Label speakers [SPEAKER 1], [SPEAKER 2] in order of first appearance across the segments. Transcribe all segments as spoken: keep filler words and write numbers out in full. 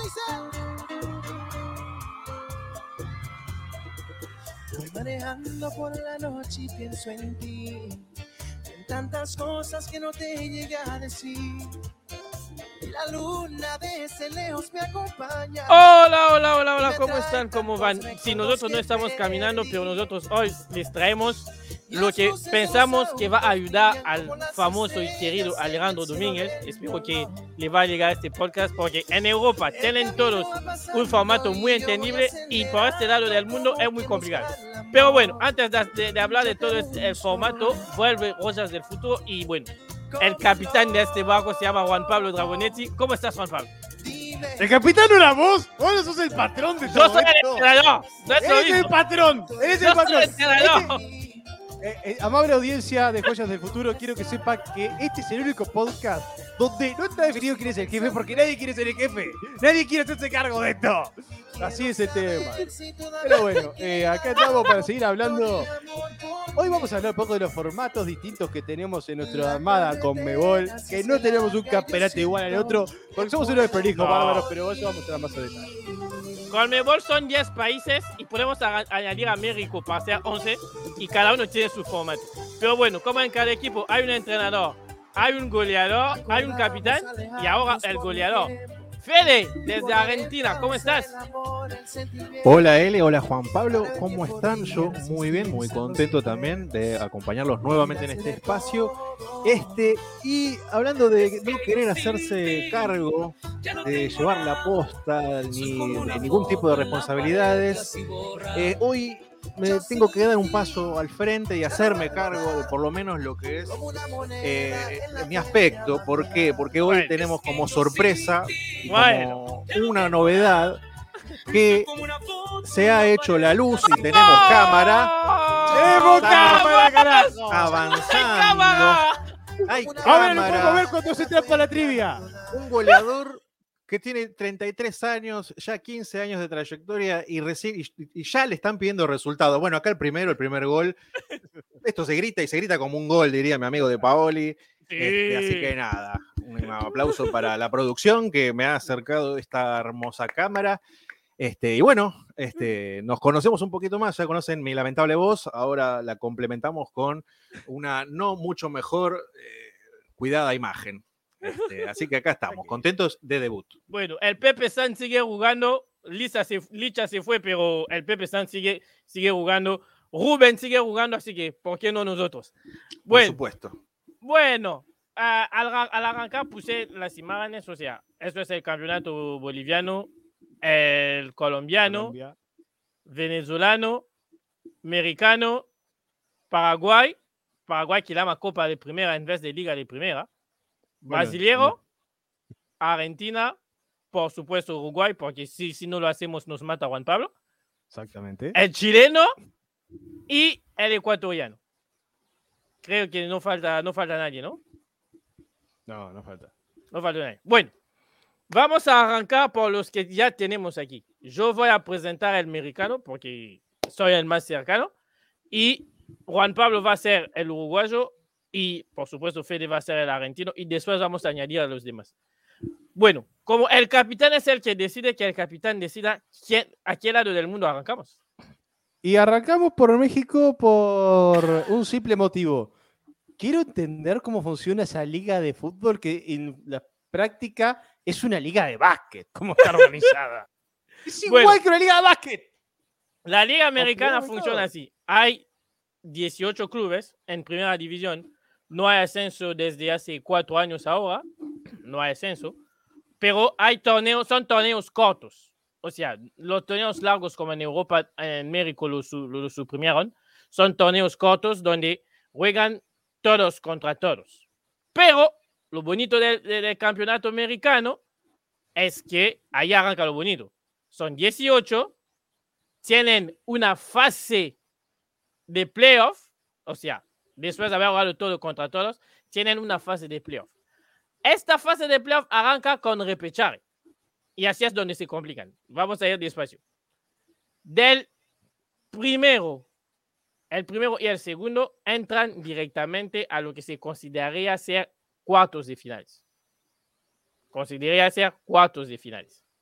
[SPEAKER 1] Voy manejando por la noche y pienso en ti, en tantas cosas que no te llegué a decir. La luna desde lejos me acompaña.
[SPEAKER 2] Hola, hola, hola, hola, ¿cómo están? ¿Cómo van? Si nosotros no estamos caminando, pero nosotros hoy les traemos lo que pensamos que va a ayudar al famoso y querido Alejandro Domínguez. Espero que le va a llegar este podcast porque en Europa tienen todos un formato muy entendible y por este lado del mundo es muy complicado. Pero bueno, antes de, de, de hablar de todo este, el formato, vuelve Rosas del Futuro y bueno, el capitán de este barco se llama Juan Pablo Dragonetti. ¿Cómo estás, Juan Pablo?
[SPEAKER 3] ¿El capitán no era vos? Vos sos el patrón de todo
[SPEAKER 2] Yo soy
[SPEAKER 3] esto.
[SPEAKER 2] el entrenador. No es
[SPEAKER 3] Eres el patrón. Eres
[SPEAKER 2] Yo
[SPEAKER 3] el patrón.
[SPEAKER 2] soy el entrenador.
[SPEAKER 3] Este, eh, eh, amable audiencia de Joyas del Futuro, quiero que sepa que este es el único podcast donde no está definido quién es el jefe, porque nadie quiere ser el jefe. Nadie quiere hacerse cargo de esto. Así es el tema. Pero bueno, eh, acá estamos para seguir hablando. Hoy vamos a hablar un poco de los formatos distintos que tenemos en nuestra amada Conmebol, que no tenemos un campeonato igual al otro, porque somos unos prolijos bárbaros, pero eso vamos a entrar más a detalle.
[SPEAKER 2] Conmebol son diez países y podemos añadir a México para ser once y cada uno tiene su formato. Pero bueno, como en cada equipo hay un entrenador, hay un goleador, hay un capitán y ahora el goleador. Fede, desde Argentina, ¿cómo estás?
[SPEAKER 4] Hola L, hola Juan Pablo, ¿cómo están? Yo muy bien, muy contento también de acompañarlos nuevamente en este espacio. Este, y hablando de no querer hacerse cargo, de llevar la posta, ni de ningún tipo de responsabilidades, eh, hoy me tengo que dar un paso al frente y hacerme cargo de por lo menos lo que es eh, mi aspecto. ¿Por qué? Porque hoy
[SPEAKER 2] Bueno.
[SPEAKER 4] tenemos como sorpresa,
[SPEAKER 2] Bueno.
[SPEAKER 4] como una novedad, que se ha hecho la luz y tenemos cámara.
[SPEAKER 3] ¡Tenemos cámara, carajo!
[SPEAKER 4] Avanzando. Hay
[SPEAKER 3] Ahora lo podemos ver
[SPEAKER 4] cámara.
[SPEAKER 3] cuando se trapa la trivia.
[SPEAKER 4] Un goleador que tiene treinta y tres años, ya quince años de trayectoria y, recibe, y, y ya le están pidiendo resultados. Bueno, acá el primero, el primer gol. Esto se grita y se grita como un gol, diría mi amigo de Paoli.
[SPEAKER 2] Sí.
[SPEAKER 4] Este, así que nada, un aplauso para la producción que me ha acercado esta hermosa cámara. Este, y bueno, este, nos conocemos un poquito más, ya conocen mi lamentable voz, ahora la complementamos con una no mucho mejor eh, cuidada imagen. Este, así que acá estamos, contentos de debut.
[SPEAKER 2] Bueno, el Pepe San sigue jugando, Licha se, Licha se fue, pero el Pepe San sigue, sigue jugando, Rubén sigue jugando, así que ¿por qué no nosotros? Bueno,
[SPEAKER 4] Por supuesto.
[SPEAKER 2] Bueno, a, al, al arrancar puse las imágenes, o sea, esto es el campeonato boliviano, el colombiano,
[SPEAKER 3] Colombia.
[SPEAKER 2] venezolano, americano, Paraguay, Paraguay que llama Copa de Primera en vez de Liga de Primera,
[SPEAKER 3] Bueno,
[SPEAKER 2] brasilero, Argentina, por supuesto Uruguay, porque si, si no lo hacemos nos mata Juan Pablo,
[SPEAKER 3] Exactamente.
[SPEAKER 2] el chileno y el ecuatoriano. Creo que no falta, no falta nadie, ¿no?
[SPEAKER 3] No, no falta.
[SPEAKER 2] No falta nadie. Bueno, vamos a arrancar por los que ya tenemos aquí. Yo voy a presentar el americano porque soy el más cercano y Juan Pablo va a ser el uruguayo y por supuesto Fede va a ser el argentino y después vamos a añadir a los demás. Bueno, como el capitán es el que decide, que el capitán decida quién, a qué lado del mundo arrancamos.
[SPEAKER 3] Y arrancamos por México por un simple motivo. Quiero entender cómo funciona esa liga de fútbol que en la práctica es una liga de básquet. ¿Cómo está organizada? Es igual
[SPEAKER 2] Bueno.
[SPEAKER 3] que una liga de básquet.
[SPEAKER 2] La liga americana
[SPEAKER 3] Confirmado y
[SPEAKER 2] funciona
[SPEAKER 3] todo.
[SPEAKER 2] así. Hay dieciocho clubes en primera división. No hay ascenso desde hace cuatro años ahora. No hay ascenso. Pero hay torneos, son torneos cortos. O sea, los torneos largos como en Europa, en México lo, su, lo, lo suprimieron. Son torneos cortos donde juegan todos contra todos. Pero lo bonito del, del campeonato americano es que ahí arranca lo bonito. Son dieciocho, tienen una fase de playoff, o sea, después de haber jugado todo contra todos, tienen una fase de playoff. Esta fase de playoff arranca con repechaje. Y así es donde se complican. Vamos a ir despacio. Del primero, el primero y el segundo entran directamente a lo que se consideraría ser cuartos de finales. Consideraría ser cuartos de finales.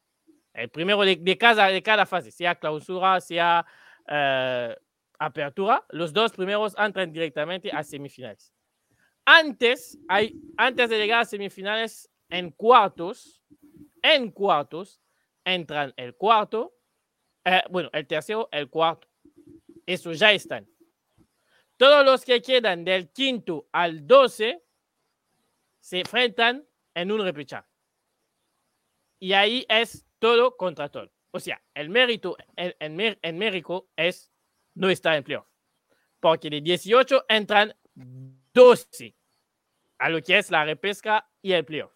[SPEAKER 2] El primero de, de, cada, de cada fase, sea clausura, sea uh, apertura, los dos primeros entran directamente a semifinales. Antes, hay, antes de llegar a semifinales, en cuartos, en cuartos, entran el cuarto, eh, bueno, el tercero, el cuarto. Eso ya están. Todos los que quedan del quinto al doce se enfrentan en un repechaje. Y ahí es todo contra todo. O sea, el mérito en, en, en México es no estar en playoff. Porque de dieciocho entran doce a lo que es la repesca y el playoff.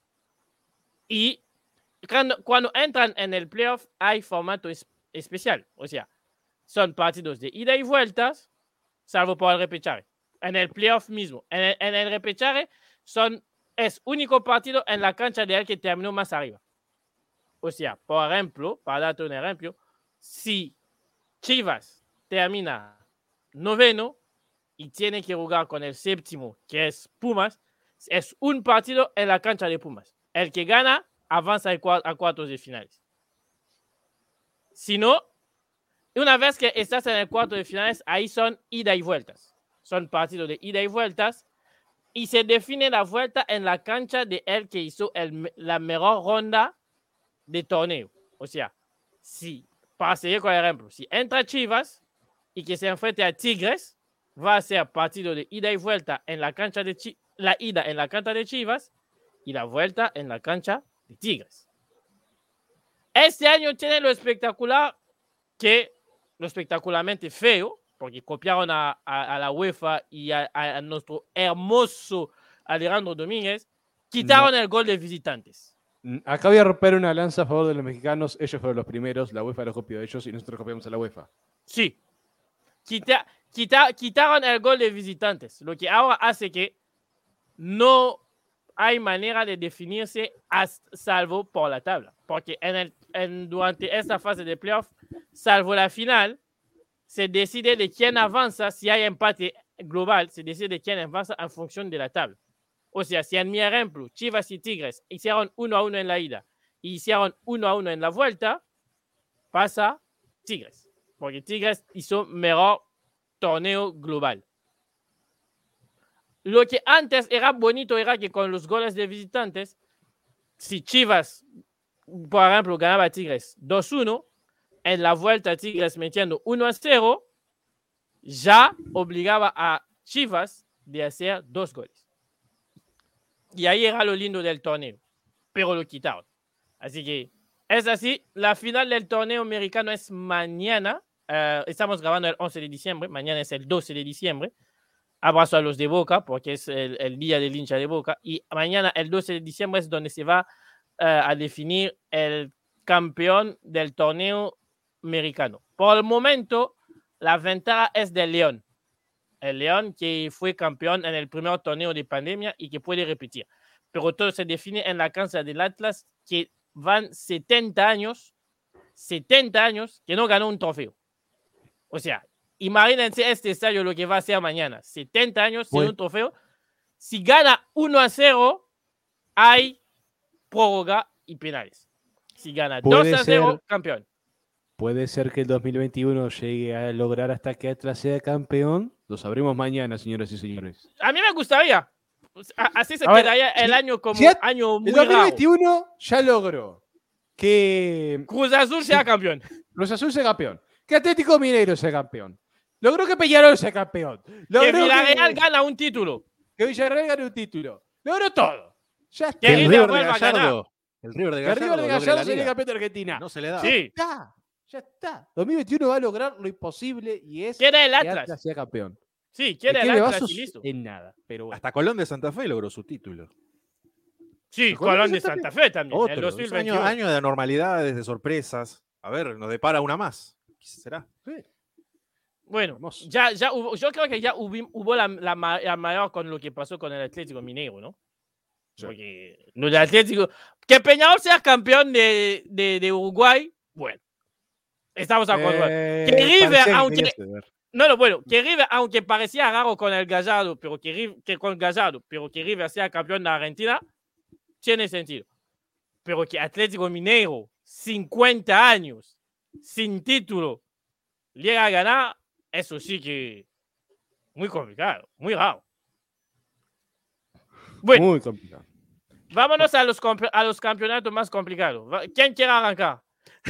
[SPEAKER 2] Y cuando, cuando entran en el playoff hay formato es, especial. O sea, son partidos de ida y vueltas, salvo por el repechaje. En el playoff mismo. En el, en el repechaje son, es único partido en la cancha de el que terminó más arriba. O sea, por ejemplo, para darte un ejemplo, si Chivas termina noveno y tiene que jugar con el séptimo, que es Pumas, es un partido en la cancha de Pumas. El que gana avanza a cuartos de finales. Si no, una vez que estás en el cuarto de finales, ahí son ida y vueltas. Son partidos de ida y vueltas y se define la vuelta en la cancha de el que hizo el, la mejor ronda de torneo. O sea, si, para seguir con el ejemplo, si entra Chivas y que se enfrente a Tigres, va a ser partido de ida y vuelta en la cancha de Chivas, la ida en la cancha de Chivas y la vuelta en la cancha de Tigres. Este año tiene lo espectacular que, lo espectacularmente feo, porque copiaron a, a, a la UEFA y a, a nuestro hermoso Alejandro Domínguez, quitaron no. el gol de visitantes.
[SPEAKER 3] Acá voy a romper una lanza a favor de los mexicanos. Ellos fueron los primeros, la UEFA los copió de ellos y nosotros copiamos a la UEFA.
[SPEAKER 2] Sí. Quita, quita, quitaron el gol de visitantes, lo que ahora hace que no hay manera de definirse hasta, salvo por la tabla. Porque en el, en, durante esta fase de playoff, salvo la final, se decide de quién avanza. Si hay empate global, se decide de quién avanza en función de la tabla. O sea, si en mi ejemplo, Chivas y Tigres hicieron uno a uno en la ida y hicieron uno a uno en la vuelta, pasa Tigres. Porque Tigres hizo mejor torneo global. Lo que antes era bonito era que con los goles de visitantes, si Chivas, por ejemplo, ganaba a Tigres dos uno, en la vuelta Tigres metiendo uno a cero, ya obligaba a Chivas de hacer dos goles. Y ahí era lo lindo del torneo, pero lo quitaron. Así que es así, la final del torneo americano es mañana. Uh, estamos grabando el once de diciembre, mañana es el doce de diciembre. Abrazo a los de Boca, porque es el, el día del hincha de Boca. Y mañana, el doce de diciembre, es donde se va uh, a definir el campeón del torneo americano. Por el momento, la ventaja es del León. El León que fue campeón en el primer torneo de pandemia y que puede repetir. Pero todo se define en la cancha del Atlas, que van setenta años, setenta años que no ganó un trofeo. O sea, imagínense este estadio lo que va a ser mañana. setenta años sin un trofeo. Si gana uno a cero, hay prórroga y penales. Si gana dos a cero, ser, campeón.
[SPEAKER 3] Puede ser que el dos mil veintiuno llegue a lograr hasta que Atlas sea campeón. Lo sabremos mañana, señoras y señores.
[SPEAKER 2] A mí me gustaría. Así se a quedaría ver, el si, año como
[SPEAKER 3] si at,
[SPEAKER 2] año muy
[SPEAKER 3] el dos mil veintiuno raro. Ya logró que
[SPEAKER 2] Cruz Azul sea campeón.
[SPEAKER 3] Cruz Azul sea campeón. Que Atlético Mineiro sea campeón. Logró que Peñarol sea campeón. Logró
[SPEAKER 2] que Villarreal que, gana un título.
[SPEAKER 3] Que Villarreal gane un título. Logró todo.
[SPEAKER 2] Ya está. Que
[SPEAKER 4] el River de Gallardo. El River de
[SPEAKER 3] Gallardo,
[SPEAKER 4] Gallardo,
[SPEAKER 3] de Gallardo sería campeón de Argentina.
[SPEAKER 4] No se le da.
[SPEAKER 2] Sí.
[SPEAKER 3] Ya está. Ya está. dos mil veintiuno va a lograr lo imposible y es
[SPEAKER 2] quiere el
[SPEAKER 3] que
[SPEAKER 2] Atlas.
[SPEAKER 3] Atlas sea campeón.
[SPEAKER 2] Sí, quiere el Atlas y listo.
[SPEAKER 3] En nada. Pero bueno.
[SPEAKER 4] Hasta Colón de Santa Fe logró su título.
[SPEAKER 2] Sí, Colón, Colón de Santa Fe, Fe también.
[SPEAKER 4] Otro.
[SPEAKER 2] El dos mil veintiuno.
[SPEAKER 4] Año, año de anormalidades, de sorpresas. A ver, nos depara una más. ¿Qué será?
[SPEAKER 3] Sí.
[SPEAKER 2] Bueno, ya, ya hubo, yo creo que ya hubo, hubo la, la, la mayor con lo que pasó con el Atlético Mineiro, ¿no? Sí. Porque lo del Atlético... Que Peñarol sea campeón de, de, de Uruguay, bueno. Estamos de acuerdo. Eh, que River, aunque... No, no, bueno, que River, aunque parecía raro con el Gallardo, pero que, que con Gallardo, pero que River sea campeón de Argentina, tiene sentido. Pero que Atlético Mineiro cincuenta años sin título llega a ganar, eso sí que muy complicado, muy raro. Bueno,
[SPEAKER 3] Muy complicado.
[SPEAKER 2] vámonos a los, a los campeonatos más complicados. ¿Quién quiere arrancar?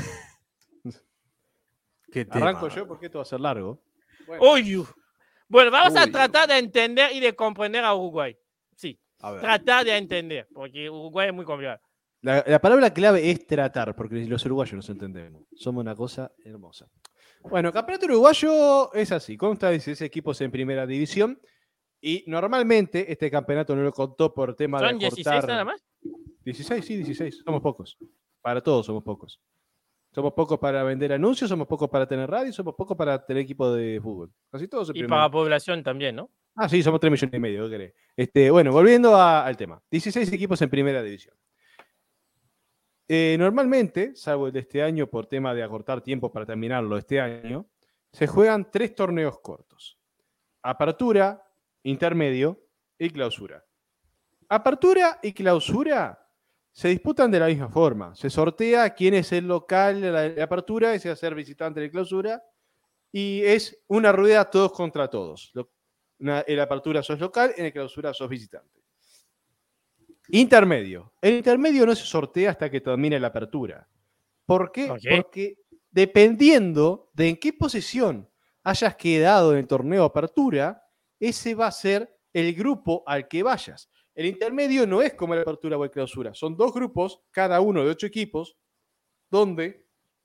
[SPEAKER 3] ¿Qué Arranco yo porque esto va a ser largo.
[SPEAKER 2] Bueno, Uy, bueno vamos
[SPEAKER 3] Uy,
[SPEAKER 2] a tratar de entender y de comprender a Uruguay. Sí,
[SPEAKER 3] a ver.
[SPEAKER 2] tratar de entender, porque Uruguay es muy complicado.
[SPEAKER 3] La, la palabra clave es tratar, porque los uruguayos nos entendemos. Somos una cosa hermosa. Bueno, campeonato uruguayo es así. Consta de dieciséis equipos en primera división. Y normalmente este campeonato no lo contó por tema de
[SPEAKER 2] ¿Son
[SPEAKER 3] acortar...
[SPEAKER 2] dieciséis nada más?
[SPEAKER 3] dieciséis, sí, dieciséis. Somos pocos. Para todos somos pocos. Somos pocos para vender anuncios, somos pocos para tener radio, somos pocos para tener equipo de fútbol. Casi todos en
[SPEAKER 2] Y
[SPEAKER 3] primera.
[SPEAKER 2] para población también, ¿no?
[SPEAKER 3] Ah, sí, somos tres millones y medio, ¿qué querés? Este, bueno, volviendo a, al tema. dieciséis equipos en primera división. Eh, normalmente, salvo el de este año por tema de acortar tiempo para terminarlo este año, se juegan tres torneos cortos. Apertura, intermedio y clausura. Apertura y clausura se disputan de la misma forma. Se sortea quién es el local de la, de la apertura y se va a ser visitante de clausura. Y es una rueda todos contra todos. Lo, una, en la apertura sos local, en la clausura sos visitante. Intermedio. El intermedio no se sortea hasta que termine la apertura. ¿Por qué?
[SPEAKER 2] Okay.
[SPEAKER 3] Porque dependiendo de en qué posición hayas quedado en el torneo apertura, ese va a ser el grupo al que vayas. El intermedio no es como la apertura o la clausura. Son dos grupos, cada uno de ocho equipos, donde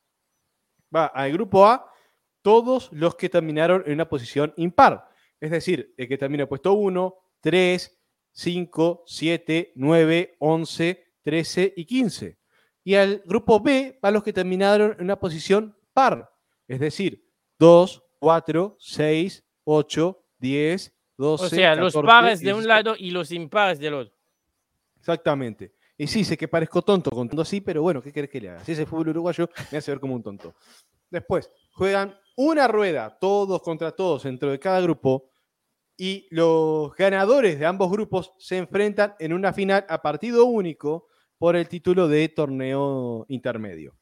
[SPEAKER 3] va al grupo A todos los que terminaron en una posición impar. Es decir, el que termina en puesto uno, tres, cinco, siete, nueve, once, trece y quince. Y al grupo B van los que terminaron en una posición par. Es decir, dos, cuatro, seis, ocho, diez, doce,
[SPEAKER 2] o sea,
[SPEAKER 3] catorce,
[SPEAKER 2] los pares de
[SPEAKER 3] dieciséis.
[SPEAKER 2] un lado y los impares del otro.
[SPEAKER 3] Exactamente. Y sí, sé que parezco tonto contando así, pero bueno, ¿qué querés que le haga? Si ese fútbol uruguayo me hace ver como un tonto. Después, juegan una rueda, todos contra todos, dentro de cada grupo, y los ganadores de ambos grupos se enfrentan en una final a partido único por el título de torneo intermedio.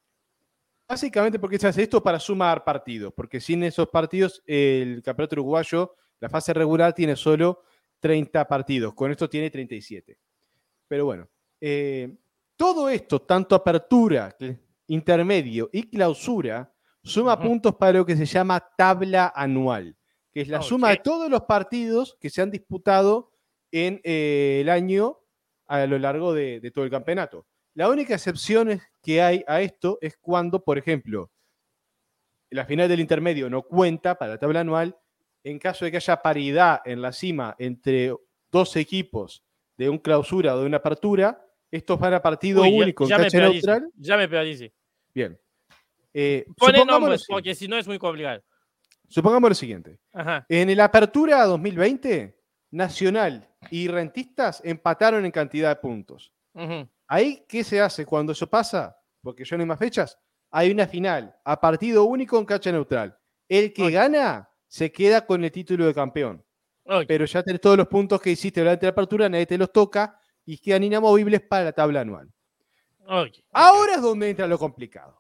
[SPEAKER 3] Básicamente porque se hace esto para sumar partidos, porque sin esos partidos el campeonato uruguayo, la fase regular, tiene solo treinta partidos, con esto tiene treinta y siete. Pero bueno, eh, todo esto, tanto apertura, intermedio y clausura, suma uh-huh. puntos para lo que se llama tabla anual, que es la okay. suma de todos los partidos que se han disputado en eh, el año a lo largo de, de todo el campeonato. La única excepción que hay a esto es cuando, por ejemplo, la final del intermedio no cuenta para la tabla anual, en caso de que haya paridad en la cima entre dos equipos de un clausura o de una apertura, estos van a partido
[SPEAKER 2] Uy,
[SPEAKER 3] único
[SPEAKER 2] ya,
[SPEAKER 3] en
[SPEAKER 2] ya
[SPEAKER 3] cancha neutral.
[SPEAKER 2] Ya me perdí.
[SPEAKER 3] Bien. Eh,
[SPEAKER 2] Pone nombres, porque si no es muy complicado.
[SPEAKER 3] Supongamos lo siguiente.
[SPEAKER 2] Ajá.
[SPEAKER 3] En el Apertura dos mil veinte, Nacional y Rentistas empataron en cantidad de puntos.
[SPEAKER 2] Uh-huh.
[SPEAKER 3] Ahí, ¿qué se hace cuando eso pasa? Porque ya no hay más fechas. Hay una final a partido único en cancha neutral. El que okay. gana se queda con el título de campeón. Okay. Pero ya tenés todos los puntos que hiciste durante la apertura, nadie te los toca y quedan inamovibles para la tabla anual.
[SPEAKER 2] Okay. Okay.
[SPEAKER 3] Ahora es donde entra lo complicado.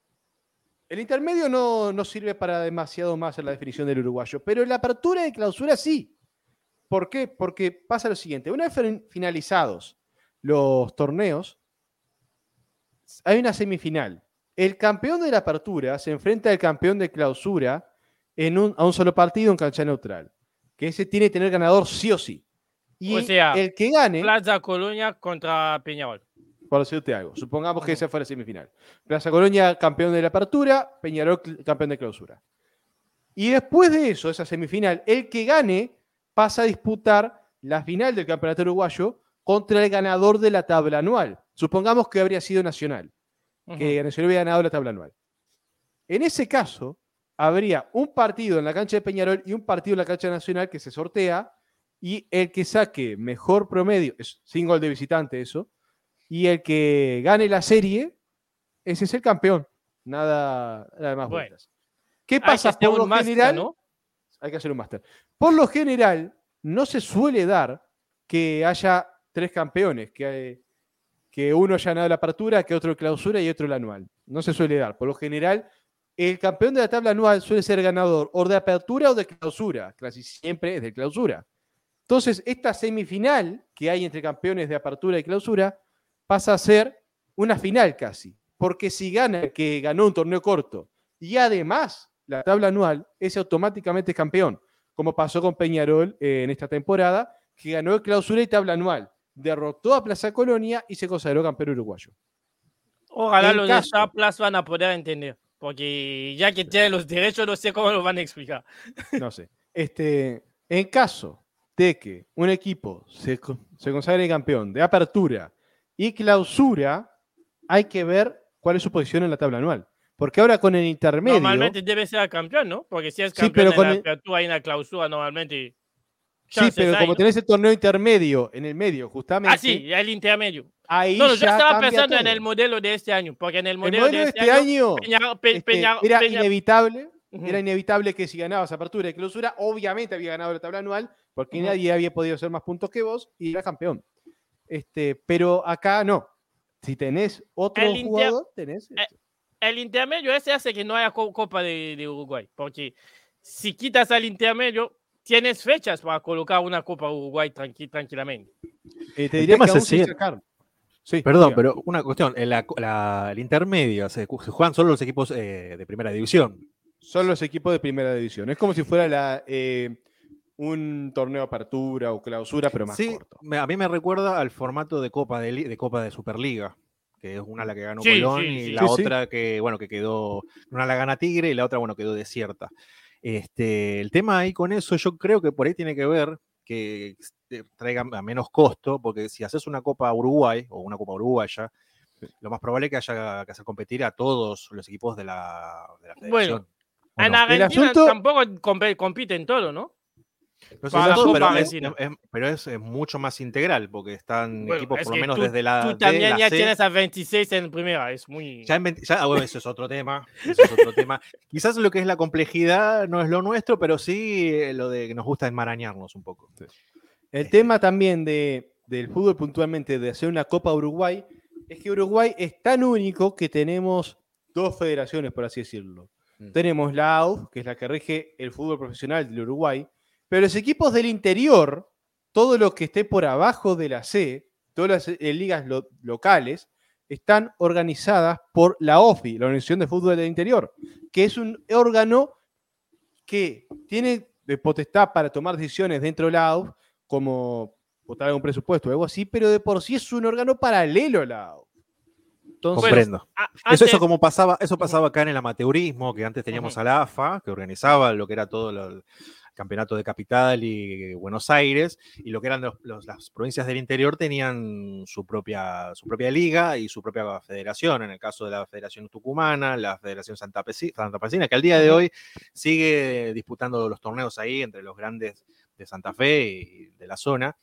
[SPEAKER 3] El intermedio no, no sirve para demasiado más en la definición del uruguayo, pero la apertura y clausura sí. ¿Por qué? Porque pasa lo siguiente. Una vez finalizados los torneos, hay una semifinal. El campeón de la apertura se enfrenta al campeón de clausura en un, a un solo partido en cancha neutral. Que ese tiene que tener ganador sí o sí. Y
[SPEAKER 2] o sea,
[SPEAKER 3] el que gane...
[SPEAKER 2] Plaza Colonia contra Peñarol.
[SPEAKER 3] Por decirte algo. Supongamos que esa fue la semifinal. Plaza Colonia, campeón de la apertura, Peñarol, campeón de clausura. Y después de eso, esa semifinal, el que gane pasa a disputar la final del campeonato uruguayo contra el ganador de la tabla anual. Supongamos que habría sido Nacional, uh-huh. que Nacional había ganado la tabla anual. En ese caso, habría un partido en la cancha de Peñarol y un partido en la cancha nacional que se sortea, y el que saque mejor promedio, es sin gol de visitante eso, y el que gane la serie, ese es el campeón. Nada, nada más
[SPEAKER 2] bueno,
[SPEAKER 3] vueltas. ¿Qué pasa? Por lo
[SPEAKER 2] master,
[SPEAKER 3] general,
[SPEAKER 2] ¿no?
[SPEAKER 3] Hay que hacer un máster. Por lo general, no se suele dar que haya tres campeones, que, que uno haya ganado la apertura, que otro clausura y otro la anual. No se suele dar. Por lo general, el campeón de la tabla anual suele ser ganador o de apertura o de clausura. Casi siempre es de clausura. Entonces, esta semifinal que hay entre campeones de apertura y clausura pasa a ser una final casi. Porque si gana el que ganó un torneo corto y además la tabla anual, ese automáticamente es campeón. Como pasó con Peñarol eh, en esta temporada, que ganó el clausura y tabla anual. Derrotó a Plaza Colonia y se consagró campeón uruguayo.
[SPEAKER 2] Ojalá
[SPEAKER 3] En
[SPEAKER 2] los
[SPEAKER 3] caso-
[SPEAKER 2] de Star Plus van a poder entender. Porque ya que tienen los derechos, no sé cómo lo van a explicar.
[SPEAKER 3] No sé. Este, en caso de que un equipo se, co- se consagre campeón de apertura y clausura, hay que ver cuál es su posición en la tabla anual. Porque ahora con el intermedio...
[SPEAKER 2] Normalmente debe ser el campeón, ¿no? Porque si es
[SPEAKER 3] Sí,
[SPEAKER 2] campeón
[SPEAKER 3] pero
[SPEAKER 2] en
[SPEAKER 3] con
[SPEAKER 2] la
[SPEAKER 3] el-
[SPEAKER 2] apertura y en la clausura, normalmente.
[SPEAKER 3] Sí,
[SPEAKER 2] chances
[SPEAKER 3] pero
[SPEAKER 2] hay,
[SPEAKER 3] como
[SPEAKER 2] ¿no?
[SPEAKER 3] tenés el torneo intermedio en el medio, justamente...
[SPEAKER 2] Ah, sí, el intermedio.
[SPEAKER 3] Ahí
[SPEAKER 2] No, no, yo
[SPEAKER 3] ya
[SPEAKER 2] estaba
[SPEAKER 3] cambia
[SPEAKER 2] pensando en
[SPEAKER 3] todo.
[SPEAKER 2] el modelo de este año. Porque en el
[SPEAKER 3] El
[SPEAKER 2] modelo,
[SPEAKER 3] modelo
[SPEAKER 2] de este, año, Peña- Pe-
[SPEAKER 3] este,
[SPEAKER 2] Peña-
[SPEAKER 3] era
[SPEAKER 2] Peña-
[SPEAKER 3] inevitable,
[SPEAKER 2] Ujú.
[SPEAKER 3] era inevitable que si ganabas apertura y clausura, obviamente había ganado la tabla anual, porque
[SPEAKER 2] Ujú.
[SPEAKER 3] nadie había podido hacer más puntos que vos y era campeón. Este, pero acá no. Si tenés otro
[SPEAKER 2] El Inter-
[SPEAKER 3] jugador, tenés.
[SPEAKER 2] eh, El intermedio ese hace que no haya co- Copa de, de Uruguay. Porque si quitas al intermedio, tienes fechas para colocar una Copa Uruguay tranqui- tranquilamente.
[SPEAKER 3] Eh, te
[SPEAKER 4] El
[SPEAKER 3] diría
[SPEAKER 4] tema
[SPEAKER 3] que
[SPEAKER 4] es
[SPEAKER 3] aún sin
[SPEAKER 4] ese.
[SPEAKER 3] sacar. Sí,
[SPEAKER 4] Perdón,
[SPEAKER 3] diga.
[SPEAKER 4] pero una cuestión. En la- la- el intermedio se, se juegan solo los equipos eh, de primera división.
[SPEAKER 3] Son los equipos de primera división. Es como si fuera la, eh, un torneo de apertura o clausura, pero más
[SPEAKER 4] Sí,
[SPEAKER 3] corto.
[SPEAKER 4] me- a mí me recuerda al formato de Copa de, Li- de Copa de Superliga, que es una la que ganó
[SPEAKER 2] Sí,
[SPEAKER 4] Colón
[SPEAKER 2] sí,
[SPEAKER 4] y
[SPEAKER 2] sí.
[SPEAKER 4] la
[SPEAKER 3] Sí, sí.
[SPEAKER 4] otra que, bueno, que quedó, una la gana Tigre y la otra, bueno, quedó desierta. Este, el tema ahí con eso, yo creo que por ahí tiene que ver que este, traiga a menos costo, porque si haces una Copa Uruguay o una Copa Uruguaya, lo más probable es que haya que hacer competir a todos los equipos de la, de la federación. ¿O
[SPEAKER 2] En
[SPEAKER 4] no?
[SPEAKER 2] Argentina
[SPEAKER 3] asunto-
[SPEAKER 2] tampoco comp- compiten todo, ¿no?
[SPEAKER 4] No sé
[SPEAKER 2] para
[SPEAKER 4] si
[SPEAKER 2] la
[SPEAKER 4] todo,
[SPEAKER 2] Copa
[SPEAKER 4] pero, es,
[SPEAKER 2] Argentina.
[SPEAKER 4] es- pero es- es mucho más integral, porque están
[SPEAKER 2] Bueno,
[SPEAKER 4] equipos
[SPEAKER 2] es
[SPEAKER 4] por lo
[SPEAKER 2] que
[SPEAKER 4] menos
[SPEAKER 2] tú,
[SPEAKER 4] desde la
[SPEAKER 2] tú
[SPEAKER 4] D,
[SPEAKER 2] también
[SPEAKER 4] la
[SPEAKER 2] ya
[SPEAKER 4] C.
[SPEAKER 2] tienes a veintiséis en primera, es muy...
[SPEAKER 4] Ya en veinte ya- ah, bueno, eso es otro tema. Eso es otro tema. Quizás lo que es la complejidad no es lo nuestro, pero sí eh, lo de que nos gusta enmarañarnos un poco.
[SPEAKER 3] El
[SPEAKER 4] Este.
[SPEAKER 3] tema también de, del fútbol puntualmente, de hacer una Copa Uruguay, es que Uruguay es tan único que tenemos dos federaciones, por así decirlo.
[SPEAKER 4] Mm.
[SPEAKER 3] Tenemos la A U F, que es la que rige el fútbol profesional del Uruguay, pero los equipos del interior, todo lo que esté por abajo de la C, todas las eh, ligas lo- locales, están organizadas por la O F I, la Organización de Fútbol del Interior, que es un órgano que tiene de potestad para tomar decisiones dentro de la A U F, como votar algún presupuesto o algo así, pero de por sí es un órgano paralelo a la A U F. Entonces,
[SPEAKER 4] Comprendo.
[SPEAKER 2] A-
[SPEAKER 4] Eso,
[SPEAKER 2] antes-
[SPEAKER 4] eso como pasaba, eso pasaba acá en el amateurismo, que antes teníamos
[SPEAKER 2] Ujú.
[SPEAKER 4] a la A F A, que organizaba lo que era todo lo- el campeonato de Capital y Buenos Aires, y lo que eran los- los- las provincias del interior tenían su propia, su propia liga y su propia federación, en el caso de la Federación Tucumana, la Federación Santa Peci- Santafesina, que al día de
[SPEAKER 2] Ujú.
[SPEAKER 4] hoy sigue disputando los torneos ahí entre los grandes de Santa Fe y de la zona.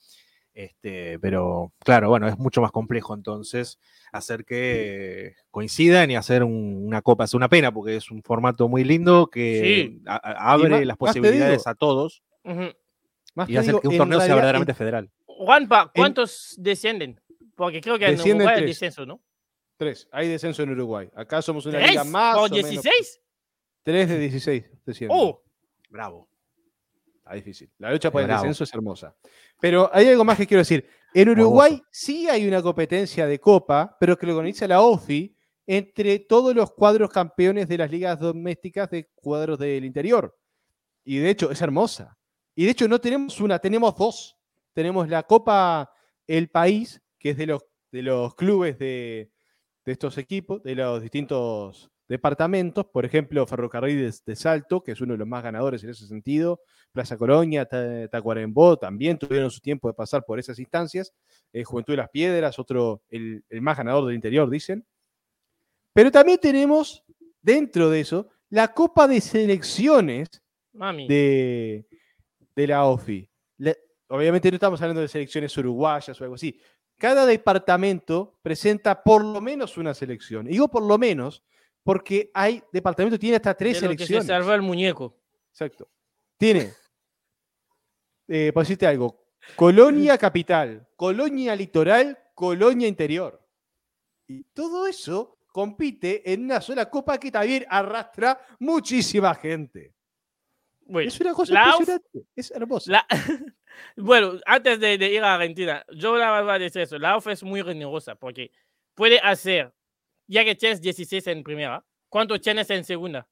[SPEAKER 4] Este, pero claro, bueno, es mucho más complejo entonces hacer que coincidan y hacer un- una copa. Es una pena porque es un formato muy lindo que
[SPEAKER 2] Sí.
[SPEAKER 4] a- a- abre
[SPEAKER 3] ma-
[SPEAKER 4] las
[SPEAKER 3] más te
[SPEAKER 4] posibilidades
[SPEAKER 3] digo,
[SPEAKER 4] a todos
[SPEAKER 2] Ujú.
[SPEAKER 3] más
[SPEAKER 4] y
[SPEAKER 3] te
[SPEAKER 4] hacer
[SPEAKER 3] digo,
[SPEAKER 4] que un
[SPEAKER 3] en
[SPEAKER 4] torneo sea
[SPEAKER 3] realidad,
[SPEAKER 4] verdaderamente
[SPEAKER 3] en-
[SPEAKER 4] federal.
[SPEAKER 2] Juanpa, ¿cuántos descienden? Porque creo que en
[SPEAKER 3] Descienden
[SPEAKER 2] Uruguay hay
[SPEAKER 3] tres.
[SPEAKER 2] descenso, ¿no?
[SPEAKER 3] Tres. Hay descenso en Uruguay. Acá somos una
[SPEAKER 2] ¿Tres?
[SPEAKER 3] liga más
[SPEAKER 2] ¿Por
[SPEAKER 3] o menos.
[SPEAKER 2] dieciséis?
[SPEAKER 3] Tres de dieciséis descienden.
[SPEAKER 2] ¡Oh!
[SPEAKER 4] Bravo.
[SPEAKER 3] Está difícil. La lucha por el
[SPEAKER 4] Bravo.
[SPEAKER 3] descenso es hermosa. Pero hay algo más que quiero decir. En Uruguay
[SPEAKER 4] Morboso.
[SPEAKER 3] sí hay una competencia de copa, pero que lo organiza la O F I entre todos los cuadros campeones de las ligas domésticas de cuadros del interior. Y de hecho es hermosa. Y de hecho no tenemos una, tenemos dos. Tenemos la Copa El País, que es de los, de los clubes de, de estos equipos, de los distintos departamentos. Por ejemplo, Ferrocarril de, de Salto, que es uno de los más ganadores en ese sentido. Plaza Colonia, Ta- Tacuarembó, también tuvieron su tiempo de pasar por esas instancias. Eh, Juventud de las Piedras, otro, el, el más ganador del interior, dicen. Pero también tenemos, dentro de eso, la Copa de Selecciones
[SPEAKER 2] Mami.
[SPEAKER 3] de, de la O F I. La- obviamente no estamos hablando de selecciones uruguayas o algo así. Cada departamento presenta por lo menos una selección. Y digo por lo menos porque hay departamentos que tienen hasta tres
[SPEAKER 2] de lo que se
[SPEAKER 3] selecciones.
[SPEAKER 2] salvó el muñeco.
[SPEAKER 3] Exacto. Tiene, eh, por decirte algo, Colonia Capital, Colonia Litoral, Colonia Interior. Y todo eso compite en una sola copa que también arrastra muchísima gente.
[SPEAKER 2] Bueno,
[SPEAKER 3] es una cosa
[SPEAKER 2] la
[SPEAKER 3] impresionante, es hermosa.
[SPEAKER 2] La, bueno, antes de, de ir a Argentina, yo la verdad a decir eso. La A U F es muy generosa porque puede hacer, ya que tienes dieciséis en primera, ¿cuánto tienes en segunda?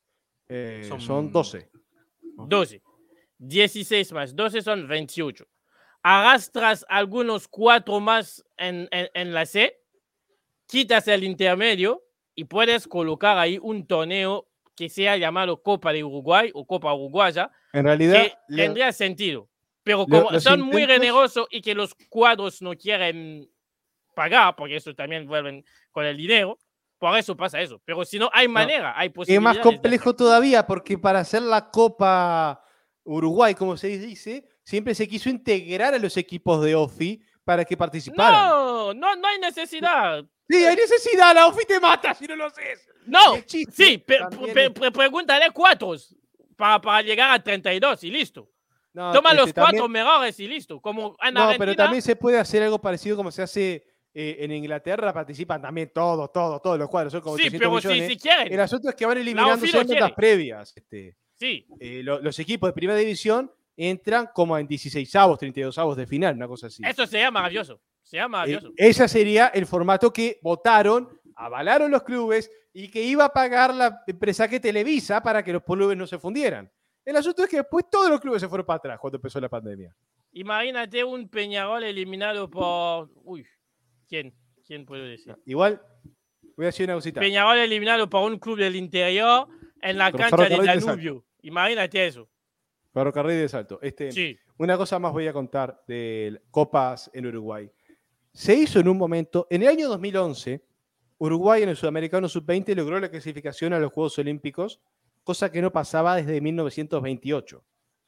[SPEAKER 3] Eh,
[SPEAKER 4] Son-
[SPEAKER 3] son doce.
[SPEAKER 2] doce. dieciséis más doce son veintiocho. Arrastras algunos cuatro más en, en, en la C, quitas el intermedio y puedes colocar ahí un torneo que sea llamado Copa de Uruguay o Copa Uruguaya,
[SPEAKER 3] En realidad,
[SPEAKER 2] que
[SPEAKER 3] lo-
[SPEAKER 2] tendría sentido. Pero
[SPEAKER 3] lo-
[SPEAKER 2] como
[SPEAKER 3] los
[SPEAKER 2] son muy
[SPEAKER 3] intentos-
[SPEAKER 2] generosos y que los cuadros no quieren pagar, porque eso también vuelven con el dinero, por eso pasa eso. Pero si no, hay manera, hay
[SPEAKER 3] es
[SPEAKER 2] posibilidades.
[SPEAKER 3] más
[SPEAKER 2] de
[SPEAKER 3] complejo
[SPEAKER 2] hacer.
[SPEAKER 3] todavía porque para hacer la Copa Uruguay, como se dice, siempre se quiso integrar a los equipos de O F I para que participaran.
[SPEAKER 2] No, no, no hay necesidad.
[SPEAKER 3] Sí, hay necesidad, la O F I te mata si no lo haces.
[SPEAKER 2] No,
[SPEAKER 3] Y el chiste
[SPEAKER 2] sí, pe-
[SPEAKER 3] también
[SPEAKER 2] pe-
[SPEAKER 3] es-
[SPEAKER 2] pe- pregúntale cuatros para, para llegar a treinta y dos y listo.
[SPEAKER 3] No,
[SPEAKER 2] Toma
[SPEAKER 3] este,
[SPEAKER 2] los cuatro
[SPEAKER 3] también-
[SPEAKER 2] mejores y listo. Como en
[SPEAKER 3] No,
[SPEAKER 2] Argentina.
[SPEAKER 3] pero también se puede hacer algo parecido como se hace eh, en Inglaterra, participan también todos, todos, todos los cuadros, son como
[SPEAKER 2] Sí,
[SPEAKER 3] ochocientos
[SPEAKER 2] pero si,
[SPEAKER 3] millones.
[SPEAKER 2] si quieren.
[SPEAKER 3] El asunto es que van
[SPEAKER 2] La
[SPEAKER 3] eliminando
[SPEAKER 2] O F I lo
[SPEAKER 3] en
[SPEAKER 2] quiere.
[SPEAKER 3] las previas. Este,
[SPEAKER 2] Sí,
[SPEAKER 3] eh, lo- los equipos de primera división entran como en dieciseisavos, treinta y dosavos de final, una cosa así.
[SPEAKER 2] eso sería maravilloso. Sería
[SPEAKER 3] Eh,
[SPEAKER 2] maravilloso.
[SPEAKER 3] ese sería el formato que votaron, avalaron los clubes y que iba a pagar la empresa que Televisa para que los clubes no se fundieran. El asunto es que después todos los clubes se fueron para atrás cuando empezó la pandemia.
[SPEAKER 2] Imagínate un Peñarol eliminado por. Uy, ¿quién? ¿Quién puedo decir?
[SPEAKER 3] Igual, voy a decir una cosita.
[SPEAKER 2] Peñarol eliminado por un club del interior en la
[SPEAKER 3] Con
[SPEAKER 2] cancha de
[SPEAKER 3] Ferrocarril de
[SPEAKER 2] Danubio. Imagínate eso.
[SPEAKER 3] Ferrocarril de Salto. Este,
[SPEAKER 2] Sí.
[SPEAKER 3] Una cosa más voy a contar de copas en Uruguay. Se hizo en un momento, en el año dos mil once, Uruguay en el Sudamericano sub veinte logró la clasificación a los Juegos Olímpicos, cosa que no pasaba desde mil novecientos veintiocho.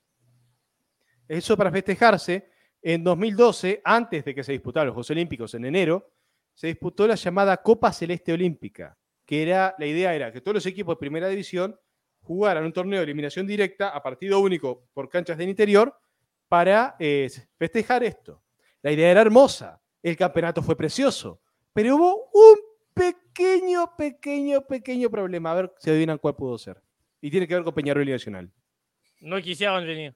[SPEAKER 3] Eso para festejarse, en dos mil doce, antes de que se disputaran los Juegos Olímpicos en enero, se disputó la llamada Copa Celeste Olímpica, que era, la idea era que todos los equipos de primera división jugaran un torneo de eliminación directa a partido único por canchas del interior para eh, festejar esto. La idea era hermosa, el campeonato fue precioso, pero hubo un pequeño, pequeño, pequeño problema. A ver si adivinan cuál pudo ser. Y tiene que ver con Peñarol y Nacional.
[SPEAKER 2] No quisieron venir.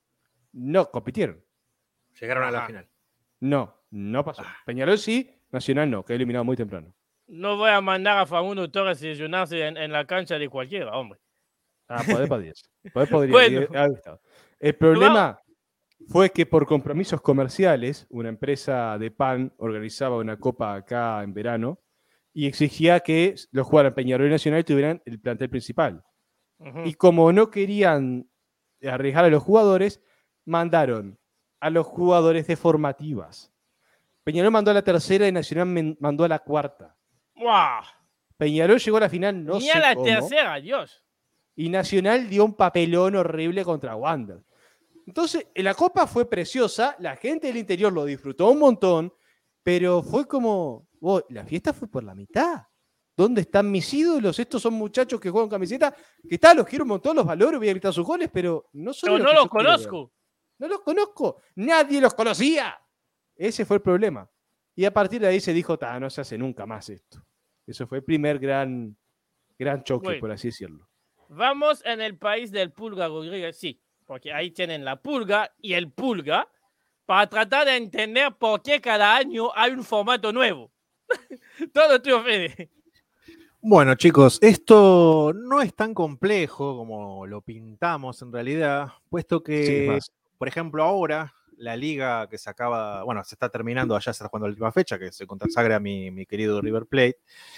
[SPEAKER 3] No, compitieron.
[SPEAKER 4] Llegaron a la
[SPEAKER 2] Ajá.
[SPEAKER 4] final.
[SPEAKER 3] No, no pasó. Peñarol sí, Nacional no, quedó eliminado muy temprano.
[SPEAKER 2] No voy a mandar a Facundo Torres a lesionarse en, en la cancha de cualquiera, hombre.
[SPEAKER 3] Ah, poder podría. Poder podría
[SPEAKER 2] Bueno.
[SPEAKER 3] haber estado. El problema fue que por compromisos comerciales, una empresa de pan organizaba una copa acá en verano y exigía que los jugaran Peñarol y Nacional tuvieran el plantel principal.
[SPEAKER 2] Ujú.
[SPEAKER 3] Y como no querían arriesgar a los jugadores, mandaron a los jugadores de formativas. Peñarol mandó a la tercera y Nacional men- mandó a la cuarta.
[SPEAKER 2] ¡Guau!
[SPEAKER 3] Peñarol llegó a la final, no
[SPEAKER 2] Ni
[SPEAKER 3] sé
[SPEAKER 2] a la
[SPEAKER 3] cómo,
[SPEAKER 2] tercera, Dios.
[SPEAKER 3] y Nacional dio un papelón horrible contra Wander. Entonces, la copa fue preciosa, la gente del interior lo disfrutó un montón, pero fue como, oh, la fiesta fue por la mitad. ¿Dónde están mis ídolos? Estos son muchachos que juegan camiseta, que tal, los quiero un montón, los valoro, voy a gritar sus goles, pero no son
[SPEAKER 2] Pero
[SPEAKER 3] los
[SPEAKER 2] no
[SPEAKER 3] que
[SPEAKER 2] lo
[SPEAKER 3] yo quiero ver.
[SPEAKER 2] conozco.
[SPEAKER 3] No los conozco, nadie los conocía. Ese fue el problema. Y a partir de ahí se dijo, "Ta, no se hace nunca más esto". Eso fue el primer gran, gran choque,
[SPEAKER 2] Bueno.
[SPEAKER 3] por así decirlo.
[SPEAKER 2] Vamos en el país del Pulga Rodríguez, sí, porque ahí tienen la Pulga y el Pulga para tratar de entender por qué cada año hay un formato nuevo. Todo tuyo, Fede.
[SPEAKER 4] Bueno, chicos, esto no es tan complejo como lo pintamos en realidad, puesto
[SPEAKER 3] Sí,
[SPEAKER 4] que,
[SPEAKER 3] es más.
[SPEAKER 4] por ejemplo, ahora la liga que se acaba, bueno, se está terminando, allá se está jugando la última fecha, que se consagra mi, mi querido River Plate.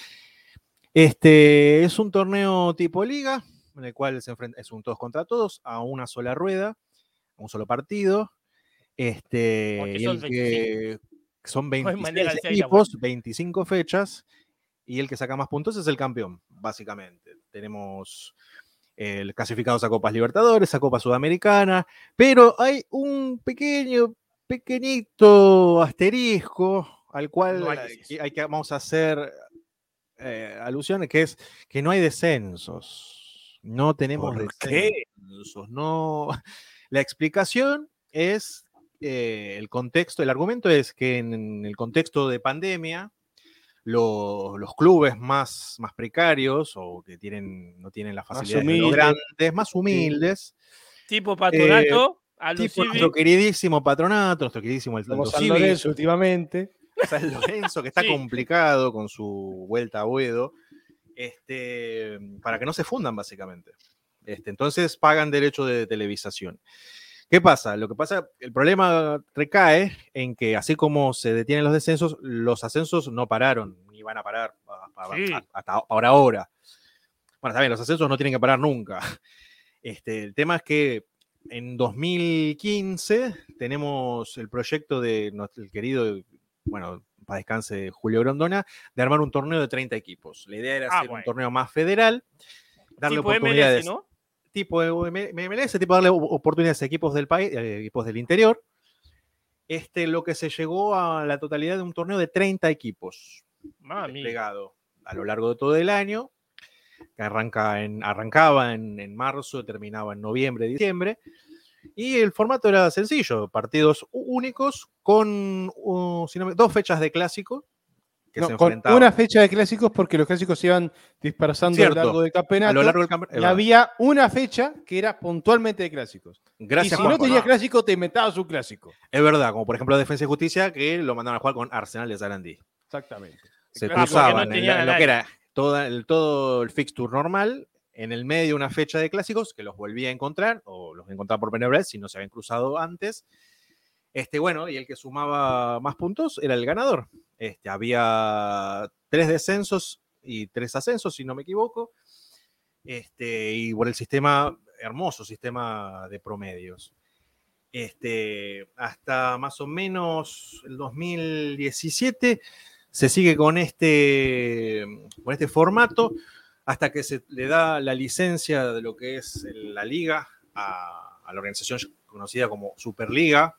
[SPEAKER 4] Este es un torneo tipo liga, en el cual se enfrenta, es un todos contra todos, a una sola rueda, a un solo partido. Este,
[SPEAKER 2] Porque
[SPEAKER 4] y
[SPEAKER 2] son
[SPEAKER 4] el que son
[SPEAKER 2] hay manera
[SPEAKER 4] veintiséis
[SPEAKER 2] de ser ella,
[SPEAKER 4] equipos, veinticinco fechas, y el que saca más puntos es el campeón, básicamente. Tenemos el clasificados a Copas Libertadores, a Copa Sudamericana, pero hay un pequeño, pequeñito asterisco al cual
[SPEAKER 2] No hay
[SPEAKER 4] hay
[SPEAKER 2] que
[SPEAKER 4] que, hay que- vamos a hacer eh, alusiones, que es que no hay descensos. No tenemos
[SPEAKER 3] ¿Por qué?
[SPEAKER 4] descensos. No. La explicación es eh, el contexto, el argumento es que en el contexto de pandemia, Los, los clubes más, más precarios o que tienen, no tienen las facilidades de los
[SPEAKER 3] humildes.
[SPEAKER 4] grandes, más humildes.
[SPEAKER 2] Tipo Patronato, a
[SPEAKER 4] Tipo
[SPEAKER 2] Lucivi.
[SPEAKER 4] nuestro queridísimo Patronato, nuestro queridísimo el
[SPEAKER 3] Como San
[SPEAKER 4] Civi,
[SPEAKER 3] Lorenzo últimamente.
[SPEAKER 4] San Lorenzo, que está
[SPEAKER 2] Sí.
[SPEAKER 4] complicado con su vuelta a Boedo, este, para que no se fundan básicamente. Este, entonces pagan derecho de televisación. ¿Qué pasa? Lo que pasa, el problema recae en que así como se detienen los descensos, los ascensos no pararon, ni van a parar a- a-
[SPEAKER 2] Sí.
[SPEAKER 4] a- hasta por ahora. Bueno, está bien, los ascensos no tienen que parar nunca. Este, el tema es que en dos mil quince tenemos el proyecto de nuestro el querido, bueno, para descanse Julio Grondona, de armar un torneo de treinta equipos. La idea era
[SPEAKER 2] Ah,
[SPEAKER 4] hacer
[SPEAKER 2] bueno.
[SPEAKER 4] un torneo más federal, darle
[SPEAKER 2] Tipo M L
[SPEAKER 4] oportunidades.
[SPEAKER 2] S, ¿no?
[SPEAKER 4] Tipo de M L S, tipo darle oportunidades a equipos del país, eh, equipos del interior. Este, lo que se llegó a la totalidad de un torneo de treinta equipos
[SPEAKER 2] Mami.
[SPEAKER 4] desplegado a lo largo de todo el año, que arranca en, arrancaba en, en marzo, terminaba en noviembre, diciembre. Y el formato era sencillo, partidos únicos con uh, si no me- dos fechas de clásico que
[SPEAKER 3] No,
[SPEAKER 4] se
[SPEAKER 3] con
[SPEAKER 4] enfrentaban.
[SPEAKER 3] una fecha de clásicos porque los clásicos se iban dispersando
[SPEAKER 4] Cierto,
[SPEAKER 3] a lo largo del campeonato.
[SPEAKER 4] a lo largo del campeonato.
[SPEAKER 3] Y había una fecha que era puntualmente de clásicos.
[SPEAKER 4] Gracias,
[SPEAKER 3] y si
[SPEAKER 4] Juan,
[SPEAKER 3] no tenías
[SPEAKER 4] no.
[SPEAKER 3] clásico, te inventabas un clásico.
[SPEAKER 4] Es verdad, como por ejemplo Defensa y Justicia, que lo mandaron a jugar con Arsenal de Sarandí.
[SPEAKER 3] Exactamente.
[SPEAKER 4] Se
[SPEAKER 2] Claro,
[SPEAKER 4] cruzaban
[SPEAKER 2] porque no
[SPEAKER 4] en,
[SPEAKER 2] tenían
[SPEAKER 4] la-
[SPEAKER 2] a
[SPEAKER 4] en lo
[SPEAKER 2] nadie.
[SPEAKER 4] que era toda el, todo el fixture normal, en el medio una fecha de clásicos que los volvía a encontrar, o los encontraba por primera vez si no se habían cruzado antes. Este, bueno, y el que sumaba más puntos era el ganador. Este, había tres descensos y tres ascensos, si no me equivoco. Este, y por el sistema, hermoso sistema de promedios. Este, hasta más o menos el dos mil diecisiete se sigue con este, con este formato hasta que se le da la licencia de lo que es la liga a, a la organización conocida como Superliga,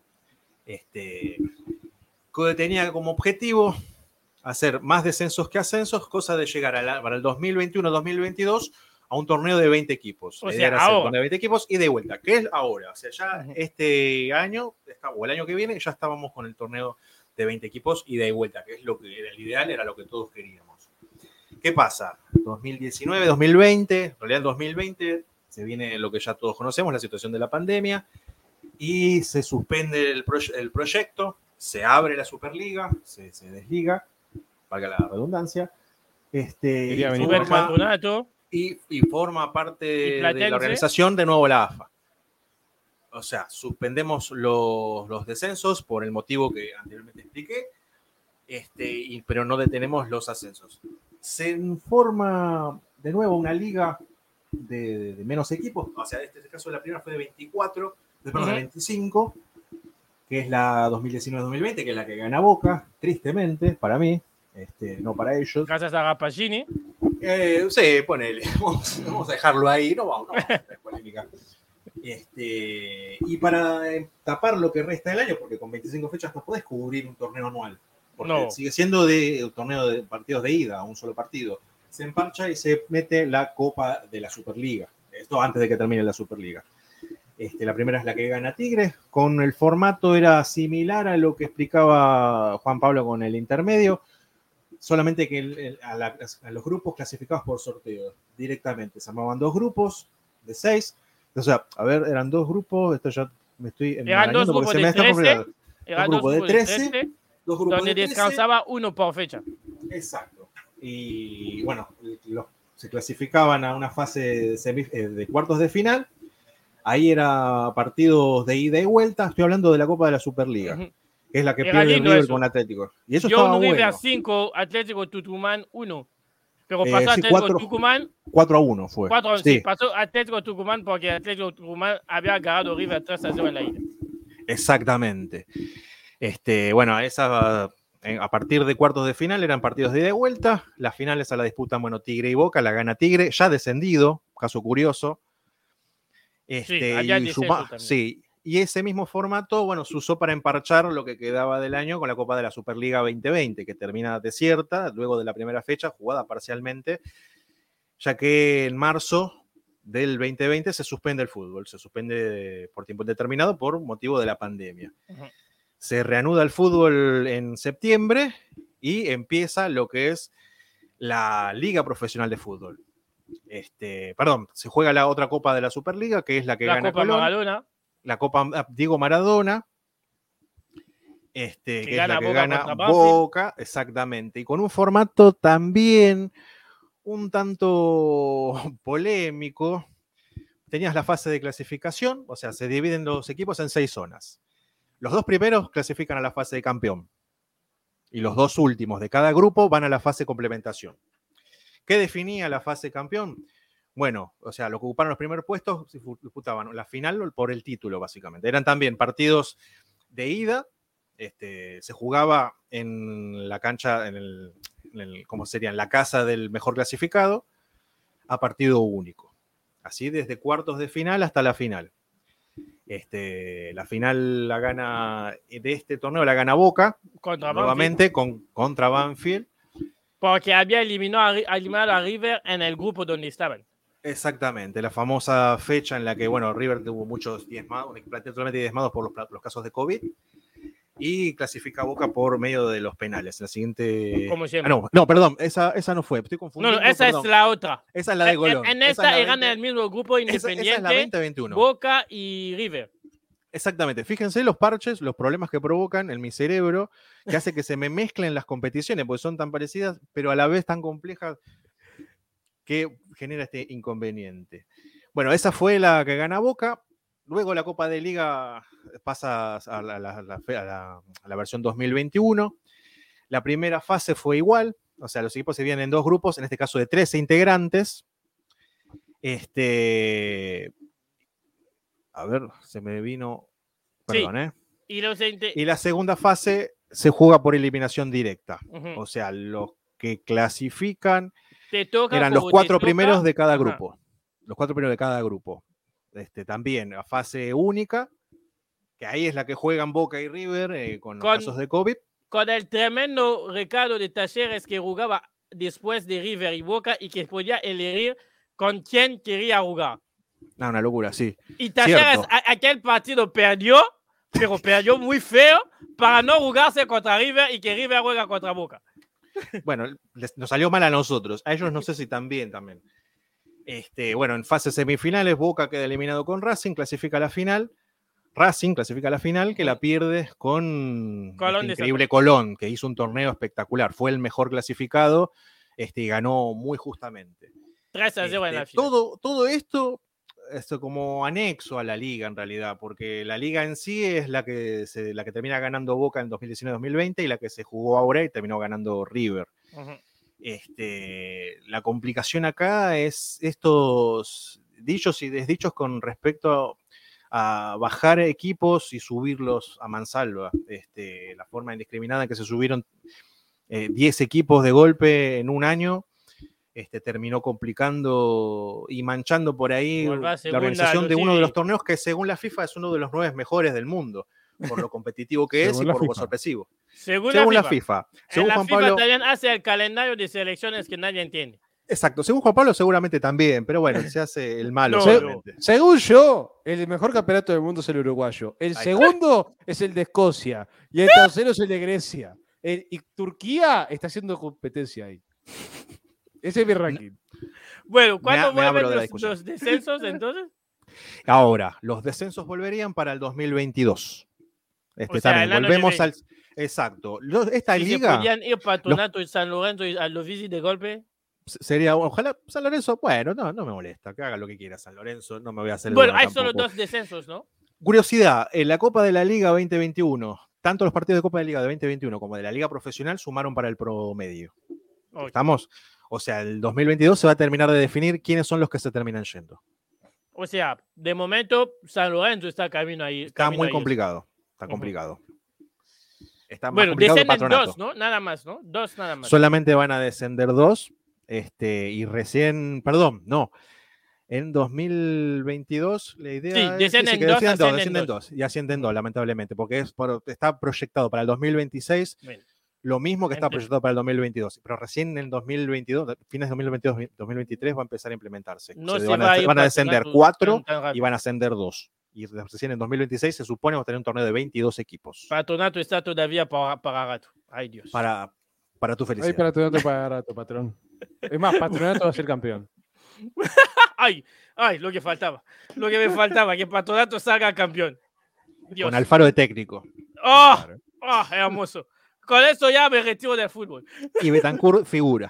[SPEAKER 4] este, que tenía como objetivo hacer más descensos que ascensos, cosa de llegar a la, para el dos mil veintiuno dos mil veintidós a un torneo de veinte equipos.
[SPEAKER 2] O
[SPEAKER 4] La idea
[SPEAKER 2] sea,
[SPEAKER 4] era hacer un
[SPEAKER 2] ahora.
[SPEAKER 4] torneo de veinte equipos y de vuelta, que es ahora. O sea, ya
[SPEAKER 3] Ujú.
[SPEAKER 4] este año, o el año que viene, ya estábamos con el torneo de veinte equipos y de vuelta, que es lo que era el ideal, era lo que todos queríamos. ¿Qué pasa? dos mil diecinueve dos mil veinte, en realidad en dos mil veinte se viene lo que ya todos conocemos, la situación de la pandemia, y se suspende el, proye- el proyecto, se abre la Superliga, se, se desliga, valga la redundancia, este,
[SPEAKER 3] Quería
[SPEAKER 4] y,
[SPEAKER 3] venir
[SPEAKER 2] Super
[SPEAKER 4] forma,
[SPEAKER 2] Patronato.
[SPEAKER 4] y, y forma parte
[SPEAKER 2] ¿Y
[SPEAKER 4] de
[SPEAKER 2] Platense?
[SPEAKER 4] la organización de nuevo la A F A. O sea, suspendemos los, los descensos por el motivo que anteriormente expliqué, este, y, pero no detenemos los ascensos. Se forma de nuevo una liga de, de- de menos equipos, o sea, en este caso la primera fue de veinticuatro, después de
[SPEAKER 2] Ujú.
[SPEAKER 4] veinticinco, que es la dos mil diecinueve dos mil veinte, que es la que gana Boca, tristemente, para mí, este, no para ellos.
[SPEAKER 2] Gracias a Rapagini.
[SPEAKER 4] Eh, sí, ponele, vamos, vamos a dejarlo ahí, no vamos, no vamos a hacer polémica. Este, y para eh, tapar lo que resta del año, porque con veinticinco fechas no podés cubrir un torneo anual, porque
[SPEAKER 2] No.
[SPEAKER 4] sigue siendo de un torneo de partidos de ida, un solo partido. Se emparcha y se mete la Copa de la Superliga. Esto antes de que termine la Superliga. Este, la primera es la que gana Tigre. Con el formato era similar a lo que explicaba Juan Pablo con el intermedio, solamente que el- el- a, la- a los grupos clasificados por sorteo directamente. Se armaban dos grupos de seis. O sea, a ver, eran dos grupos. Esto ya me estoy
[SPEAKER 2] Eran dos
[SPEAKER 4] enmarañando porque
[SPEAKER 2] grupos
[SPEAKER 4] se
[SPEAKER 2] de
[SPEAKER 4] me está
[SPEAKER 2] trece.
[SPEAKER 4] complicando.
[SPEAKER 2] Eran
[SPEAKER 4] Un
[SPEAKER 2] dos
[SPEAKER 4] grupo de
[SPEAKER 2] grupos de
[SPEAKER 4] trece,
[SPEAKER 2] trece,
[SPEAKER 4] Dos grupos
[SPEAKER 2] donde
[SPEAKER 4] de trece.
[SPEAKER 2] descansaba uno por fecha.
[SPEAKER 4] Exacto. Y bueno, los- se clasificaban a una fase de, semi- eh, de cuartos de final. Ahí era partidos de ida y vuelta. Estoy hablando de la Copa de la Superliga,
[SPEAKER 2] Ujú.
[SPEAKER 4] que es la que
[SPEAKER 2] Era
[SPEAKER 4] pierde
[SPEAKER 2] lindo
[SPEAKER 4] River
[SPEAKER 2] eso.
[SPEAKER 4] con Atlético. Y eso
[SPEAKER 2] Yo
[SPEAKER 4] estaba
[SPEAKER 2] un River
[SPEAKER 4] bueno.
[SPEAKER 2] cinco, Atlético Tucumán uno. Pero
[SPEAKER 4] Eh,
[SPEAKER 2] pasó
[SPEAKER 4] sí,
[SPEAKER 2] Atlético
[SPEAKER 4] cuatro-
[SPEAKER 2] Tucumán
[SPEAKER 4] cuatro a uno fue.
[SPEAKER 2] cuatro,
[SPEAKER 4] Sí,
[SPEAKER 2] sí, pasó Atlético Tucumán porque Atlético Tucumán había ganado River tres a cero en la ida.
[SPEAKER 4] exactamente. Este, bueno, esa, eh, a partir de cuartos de final eran partidos de ida y vuelta. Las finales a la disputan, bueno, Tigre y Boca, la gana Tigre, ya descendido, caso curioso. Este,
[SPEAKER 2] había
[SPEAKER 4] y,
[SPEAKER 2] descenso
[SPEAKER 4] suma-
[SPEAKER 2] también.
[SPEAKER 4] sí, y ese mismo formato, bueno, se usó para emparchar lo que quedaba del año con la Copa de la Superliga veinte veinte, que termina desierta luego de la primera fecha, jugada parcialmente, ya que en marzo del veinte veinte se suspende el fútbol, se suspende por tiempo indeterminado por motivo de la pandemia.
[SPEAKER 2] Ujú.
[SPEAKER 4] Se reanuda el fútbol en septiembre y empieza lo que es la Liga Profesional de Fútbol. Este, perdón, se juega la otra Copa de la Superliga, que es la que
[SPEAKER 2] la
[SPEAKER 4] gana
[SPEAKER 2] Copa
[SPEAKER 4] Colón,
[SPEAKER 2] Maradona.
[SPEAKER 4] la Copa Diego Maradona, este,
[SPEAKER 2] Que
[SPEAKER 4] que,
[SPEAKER 2] gana
[SPEAKER 4] es la que
[SPEAKER 2] Boca
[SPEAKER 4] gana
[SPEAKER 2] contra Banfield.
[SPEAKER 4] Boca, exactamente, y con un formato también un tanto polémico. Tenías la fase de clasificación, o sea, se dividen los equipos en seis zonas. Los dos primeros clasifican a la fase de campeón y los dos últimos de cada grupo van a la fase de complementación. ¿Qué definía la fase campeón? Bueno, o sea, lo que ocuparon los primeros puestos se disputaban la final por el título, básicamente. Eran también partidos de ida, este, se jugaba en la cancha, en el, en el, ¿cómo sería? En la casa del mejor clasificado, a partido único. Así desde cuartos de final hasta la final. Este, la final la gana de este torneo la gana Boca,
[SPEAKER 2] Contra
[SPEAKER 4] nuevamente con, contra Banfield.
[SPEAKER 2] Porque había eliminado a, eliminado a River en el grupo donde estaban.
[SPEAKER 4] Exactamente, la famosa fecha en la que, bueno, River tuvo muchos diezmados, totalmente diezmados por los, los casos de COVID, y clasifica a Boca por medio de los penales. La siguiente...
[SPEAKER 2] Como siempre.
[SPEAKER 4] Ah, no, no, perdón, esa, esa no fue, estoy
[SPEAKER 2] No,
[SPEAKER 4] confundiendo.
[SPEAKER 2] no, esa
[SPEAKER 4] perdón.
[SPEAKER 2] es la otra.
[SPEAKER 4] Esa es la de Colón.
[SPEAKER 2] En, en
[SPEAKER 4] Esa
[SPEAKER 2] esta
[SPEAKER 4] es la
[SPEAKER 2] eran
[SPEAKER 4] veinte
[SPEAKER 2] el mismo grupo independiente,
[SPEAKER 4] esa, esa es la veinte veintiuno.
[SPEAKER 2] Boca y River.
[SPEAKER 4] Exactamente, fíjense los parches, los problemas que provocan en mi cerebro, que hace que se me mezclen las competiciones, porque son tan parecidas, pero a la vez tan complejas, que genera este inconveniente. Bueno, esa fue la que gana Boca. Luego la Copa de Liga pasa a la, la, la, a la, a la versión dos mil veintiuno. La primera fase fue igual, o sea, los equipos se dividen en dos grupos, en este caso de trece integrantes. Este... A ver, se me vino... Perdón,
[SPEAKER 2] Sí.
[SPEAKER 4] ¿eh?
[SPEAKER 2] Y, los inte-
[SPEAKER 4] Y la segunda fase se juega por eliminación directa.
[SPEAKER 2] Ujú.
[SPEAKER 4] O sea, los que clasifican
[SPEAKER 2] te toca
[SPEAKER 4] eran los
[SPEAKER 2] como te
[SPEAKER 4] cuatro
[SPEAKER 2] toca.
[SPEAKER 4] primeros de cada
[SPEAKER 2] Ajá.
[SPEAKER 4] grupo. Los cuatro primeros de cada grupo. Este, también a fase única, que ahí es la que juegan Boca y River eh, con los
[SPEAKER 2] Con-
[SPEAKER 4] casos de COVID.
[SPEAKER 2] Con el tremendo recado de Talleres que jugaba después de River y Boca y que podía elegir con quién quería jugar.
[SPEAKER 4] No, una locura, sí.
[SPEAKER 2] Y Talleres
[SPEAKER 4] Cierto.
[SPEAKER 2] a- aquel partido perdió, pero perdió muy feo para no jugarse contra River y que River juega contra Boca.
[SPEAKER 4] Bueno, les- nos salió mal a nosotros. A ellos no sé si también también. Este, bueno, en fase semifinales, Boca queda eliminado con Racing, clasifica a la final. Racing clasifica a la final, que la pierde con
[SPEAKER 2] Colón
[SPEAKER 4] este
[SPEAKER 2] de
[SPEAKER 4] increíble Colón, que hizo un torneo espectacular. Fue el mejor clasificado este, y ganó muy justamente.
[SPEAKER 2] tres a cero en
[SPEAKER 4] Este,
[SPEAKER 2] la final.
[SPEAKER 4] todo, todo esto, esto como anexo a la liga en realidad, porque la liga en sí es la que, se, la que termina ganando Boca en dos mil diecinueve dos mil veinte y la que se jugó ahora y terminó ganando River.
[SPEAKER 2] Ujú.
[SPEAKER 4] Este, la complicación acá es estos dichos y desdichos con respecto a bajar equipos y subirlos a mansalva. Este, la forma indiscriminada en que se subieron eh, diez equipos de golpe en un año este, terminó complicando y manchando por ahí
[SPEAKER 2] Vuelva a
[SPEAKER 4] la
[SPEAKER 2] segunda,
[SPEAKER 4] organización de
[SPEAKER 2] lo
[SPEAKER 4] uno de
[SPEAKER 2] sigue.
[SPEAKER 4] los torneos que según la FIFA es uno de los nueve mejores del mundo, por lo competitivo que es y
[SPEAKER 3] Según la
[SPEAKER 4] por lo
[SPEAKER 3] FIFA.
[SPEAKER 4] sorpresivo.
[SPEAKER 2] Según,
[SPEAKER 4] Según
[SPEAKER 2] la
[SPEAKER 4] la
[SPEAKER 2] FIFA.
[SPEAKER 4] FIFA. Según
[SPEAKER 2] la
[SPEAKER 4] Juan
[SPEAKER 2] FIFA
[SPEAKER 4] Pablo,
[SPEAKER 2] también hace el calendario de selecciones que nadie entiende.
[SPEAKER 4] exacto, según Juan Pablo seguramente también, pero bueno, se hace el malo
[SPEAKER 2] No,
[SPEAKER 4] solamente.
[SPEAKER 3] Según yo, el mejor campeonato del mundo es el uruguayo. El
[SPEAKER 4] Ahí
[SPEAKER 3] segundo es el de Escocia. Y el tercero es el de Grecia. El- y Turquía está haciendo competencia ahí. Ese es mi ranking.
[SPEAKER 2] Bueno,
[SPEAKER 4] Me
[SPEAKER 2] ¿cuándo
[SPEAKER 4] a- me abro
[SPEAKER 2] vuelven
[SPEAKER 4] de la
[SPEAKER 2] los,
[SPEAKER 4] discusión.
[SPEAKER 2] los descensos entonces?
[SPEAKER 4] Ahora, los descensos volverían para el dos mil veintidós. Este,
[SPEAKER 2] O sea,
[SPEAKER 4] también
[SPEAKER 2] el año
[SPEAKER 4] volvemos
[SPEAKER 2] que
[SPEAKER 4] al. Exacto. Lo- esta
[SPEAKER 2] Si se
[SPEAKER 4] liga
[SPEAKER 2] podían ir Patronato y San Lorenzo y a los bicis de golpe.
[SPEAKER 4] sería. Ojalá San Lorenzo. Bueno, no, no me molesta. Que haga lo que quiera San Lorenzo. No me voy a hacer el
[SPEAKER 2] Bueno,
[SPEAKER 4] bueno
[SPEAKER 2] hay solo
[SPEAKER 4] tampoco.
[SPEAKER 2] dos descensos, ¿no?
[SPEAKER 4] Curiosidad: en la Copa de la Liga veinte veintiuno, tanto los partidos de Copa de Liga de veinte veintiuno como de la Liga Profesional sumaron para el promedio.
[SPEAKER 2] Ok.
[SPEAKER 4] ¿Estamos? O sea, el dos mil veintidós se va a terminar de definir quiénes son los que se terminan yendo.
[SPEAKER 2] O sea, de momento San Lorenzo está camino ahí.
[SPEAKER 4] Está
[SPEAKER 2] camino
[SPEAKER 4] muy
[SPEAKER 2] a irse.
[SPEAKER 4] complicado. Está
[SPEAKER 2] Ujú.
[SPEAKER 4] complicado. Está más
[SPEAKER 2] Bueno,
[SPEAKER 4] complicado que
[SPEAKER 2] descenden
[SPEAKER 4] Patronato.
[SPEAKER 2] dos, ¿no? Nada más, ¿no? Dos nada más.
[SPEAKER 4] Solamente van a descender dos. Este, y recién, perdón, no. En dos mil veintidós la idea
[SPEAKER 2] Sí,
[SPEAKER 4] es
[SPEAKER 2] descienden
[SPEAKER 4] que
[SPEAKER 2] dos,
[SPEAKER 4] descienden dos,
[SPEAKER 2] ascienden
[SPEAKER 4] descienden
[SPEAKER 2] dos.
[SPEAKER 4] dos y ascienden dos, lamentablemente, porque es por- está proyectado para el dos mil veintiséis
[SPEAKER 2] Bueno,
[SPEAKER 4] lo mismo que está
[SPEAKER 2] Entiendo.
[SPEAKER 4] proyectado para el dos mil veintidós, pero recién en dos mil veintidós, fines de dos mil veintidós, dos mil veintitrés va a empezar a implementarse.
[SPEAKER 2] no
[SPEAKER 4] O sea,
[SPEAKER 2] se
[SPEAKER 4] van,
[SPEAKER 2] va
[SPEAKER 4] a,
[SPEAKER 2] a ir
[SPEAKER 4] van a descender
[SPEAKER 2] Patronato
[SPEAKER 4] cuatro
[SPEAKER 2] tan- tan rápido.
[SPEAKER 4] y van a ascender dos. Y recién en dos mil veintiséis se supone vamos a tener un torneo de veintidós equipos.
[SPEAKER 2] Patronato está todavía para, para rato. Ay, Dios.
[SPEAKER 4] Para, para tu
[SPEAKER 3] Ahí
[SPEAKER 4] felicidad.
[SPEAKER 3] Patronato para rato, patrón. Es más, Patronato va a ser campeón.
[SPEAKER 2] Ay, ay, lo que faltaba. Lo que me faltaba, que Patronato salga campeón. Dios.
[SPEAKER 4] Con Alfaro de técnico.
[SPEAKER 2] ¡Oh!
[SPEAKER 3] Claro.
[SPEAKER 2] ¡Oh, hermoso! Con eso ya me retiro del fútbol.
[SPEAKER 4] Y Betancourt figura.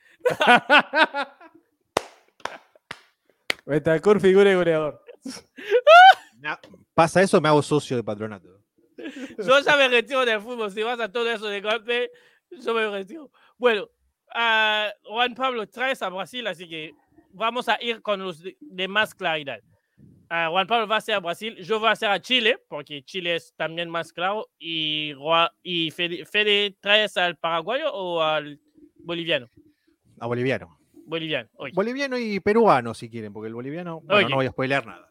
[SPEAKER 3] Betancourt figura y goleador.
[SPEAKER 4] Na- Pasa eso, me hago socio de Patronato.
[SPEAKER 2] Yo ya me retiro del fútbol. Si vas a todo eso de golpe, yo me retiro. Bueno, uh, Juan Pablo, traes a Brasil, así que vamos a ir con los de, de más claridad. Uh, Juan Pablo va a ser a Brasil, yo voy a ser a Chile, porque Chile es también más claro. Y, y Fede, Fede, ¿traes al paraguayo o al boliviano?
[SPEAKER 4] A boliviano.
[SPEAKER 2] Boliviano. Oye.
[SPEAKER 4] Boliviano y peruano, si quieren, porque el boliviano. Bueno,
[SPEAKER 2] Oye.
[SPEAKER 4] no voy a spoilear nada.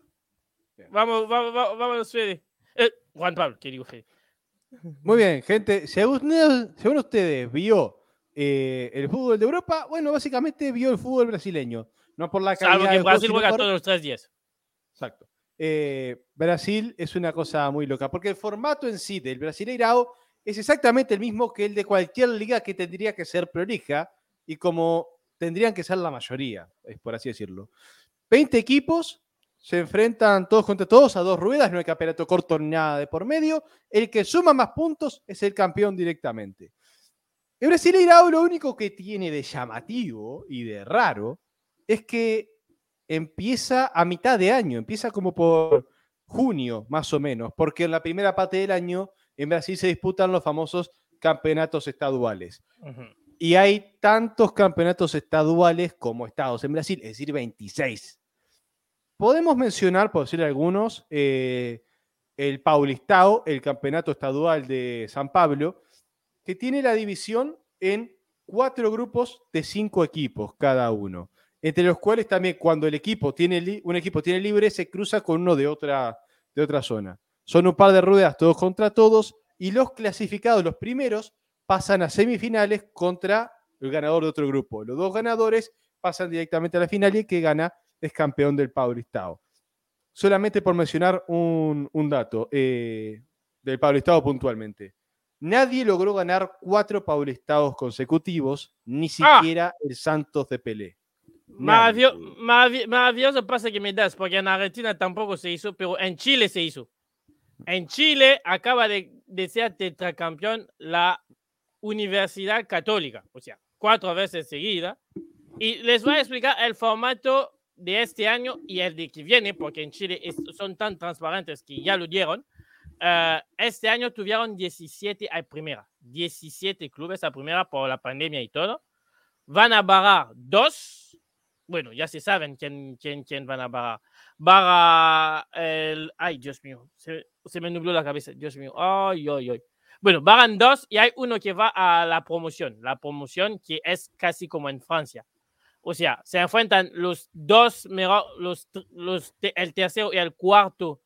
[SPEAKER 2] Vamos, vamos, vamos, vamos, Fede. Eh, Juan Pablo, ¿qué digo, Fede?
[SPEAKER 3] Muy bien, gente. Según, según ustedes, ¿vio eh, el fútbol de Europa? Bueno, básicamente vio el fútbol brasileño. No por la calidad
[SPEAKER 2] Salvo que
[SPEAKER 3] del juego,
[SPEAKER 2] Brasil
[SPEAKER 3] sino
[SPEAKER 2] juega
[SPEAKER 3] por-
[SPEAKER 2] todos los tres días.
[SPEAKER 3] Exacto. Eh, Brasil es una cosa muy loca, porque el formato en sí del Brasileirao es exactamente el mismo que el de cualquier liga que tendría que ser prolija y como tendrían que ser la mayoría, es por así decirlo. veinte equipos se enfrentan todos contra todos a dos ruedas, no hay campeonato corto ni nada de por medio. El que suma más puntos es el campeón directamente. El Brasileirao lo único que tiene de llamativo y de raro es que empieza a mitad de año, empieza como por junio más o menos, porque en la primera parte del año en Brasil se disputan los famosos campeonatos estaduales.
[SPEAKER 2] Uh-huh.
[SPEAKER 3] Y hay tantos campeonatos estaduales como estados en Brasil, es decir, veintiséis. Podemos mencionar, por decir algunos, eh, el Paulistao, el campeonato estadual de San Pablo, que tiene la división en cuatro grupos de cinco equipos cada uno, entre los cuales también cuando el equipo tiene li- un equipo tiene libre se cruza con uno de otra, de otra zona. Son un par de ruedas todos contra todos y los clasificados, los primeros, pasan a semifinales contra el ganador de otro grupo. Los dos ganadores pasan directamente a la final y el que gana es campeón del Paulistao. Solamente por mencionar un, un dato eh, del Paulistao puntualmente. Nadie logró ganar cuatro Paulistaos consecutivos, ni siquiera ah. el Santos de Pelé.
[SPEAKER 2] Maravio, marav maravilloso pasa que me das, porque en Argentina tampoco se hizo, pero en Chile se hizo. En Chile acaba de, de ser tetracampeón la Universidad Católica, o sea, cuatro veces seguida. Y les voy a explicar el formato de este año y el de que viene, porque en Chile es, son tan transparentes que ya lo dieron. Uh, este año tuvieron diecisiete a primera, diecisiete clubes a primera por la pandemia y todo. Van a barrar dos. Bueno, ya se saben quién, quién, quién van a barrar. Barra el... Ay, Dios mío, se, se me nubló la cabeza. Dios mío, ay, ay, ay. Bueno, barran dos y hay uno que va a la promoción. La promoción que es casi como en Francia. O sea, se enfrentan los dos, los, los, el tercero y el cuarto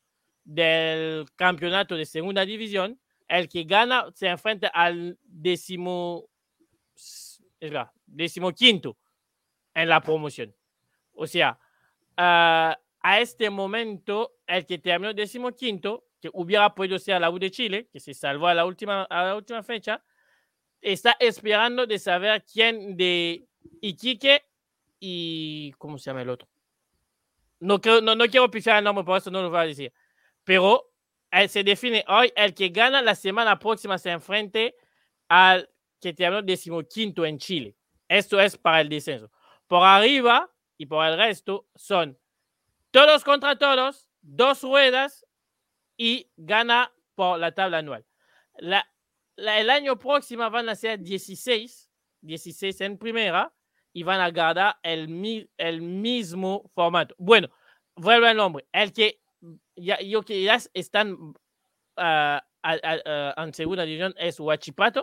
[SPEAKER 2] del campeonato de segunda división. El que gana se enfrenta al décimo, es verdad, décimo quinto en la promoción. O sea, uh, a este momento, el que terminó décimo quinto, que hubiera podido ser la U de Chile, que se salvó a la última, a la última fecha, está esperando de saber quién de Iquique y... ¿Cómo se llama el otro? No, creo, no, no quiero pisar el nombre, por eso no lo voy a decir. Pero él se define hoy, el que gana la semana próxima se enfrente al que terminó decimoquinto en Chile. Esto es para el descenso. Por arriba y por el resto son todos contra todos, dos ruedas y gana por la tabla anual. La, la, el año próximo van a ser dieciséis, dieciséis en primera y van a ganar el, el mismo formato. Bueno, vuelvo al nombre. El que ya, yo que ya están uh, a, a, a, en segunda división es Huachipato.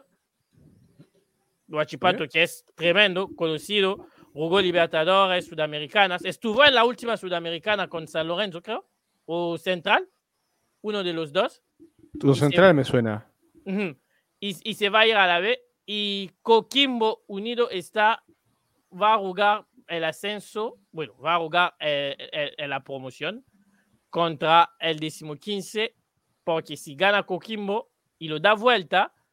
[SPEAKER 2] Huachipato, ¿eh? Que es tremendo, conocido, jugó Libertadores, Sudamericanas. Estuvo en la última Sudamericana con San Lorenzo, creo, o Central, uno de los dos.
[SPEAKER 3] Tu Central se, me suena.
[SPEAKER 2] Uh-huh. y, y se va a ir a la B. Y Coquimbo Unido está, va a jugar el ascenso, bueno, va a jugar eh, eh, eh, la promoción contra el decimoquince, porque si gana Coquimbo y lo da vuelta,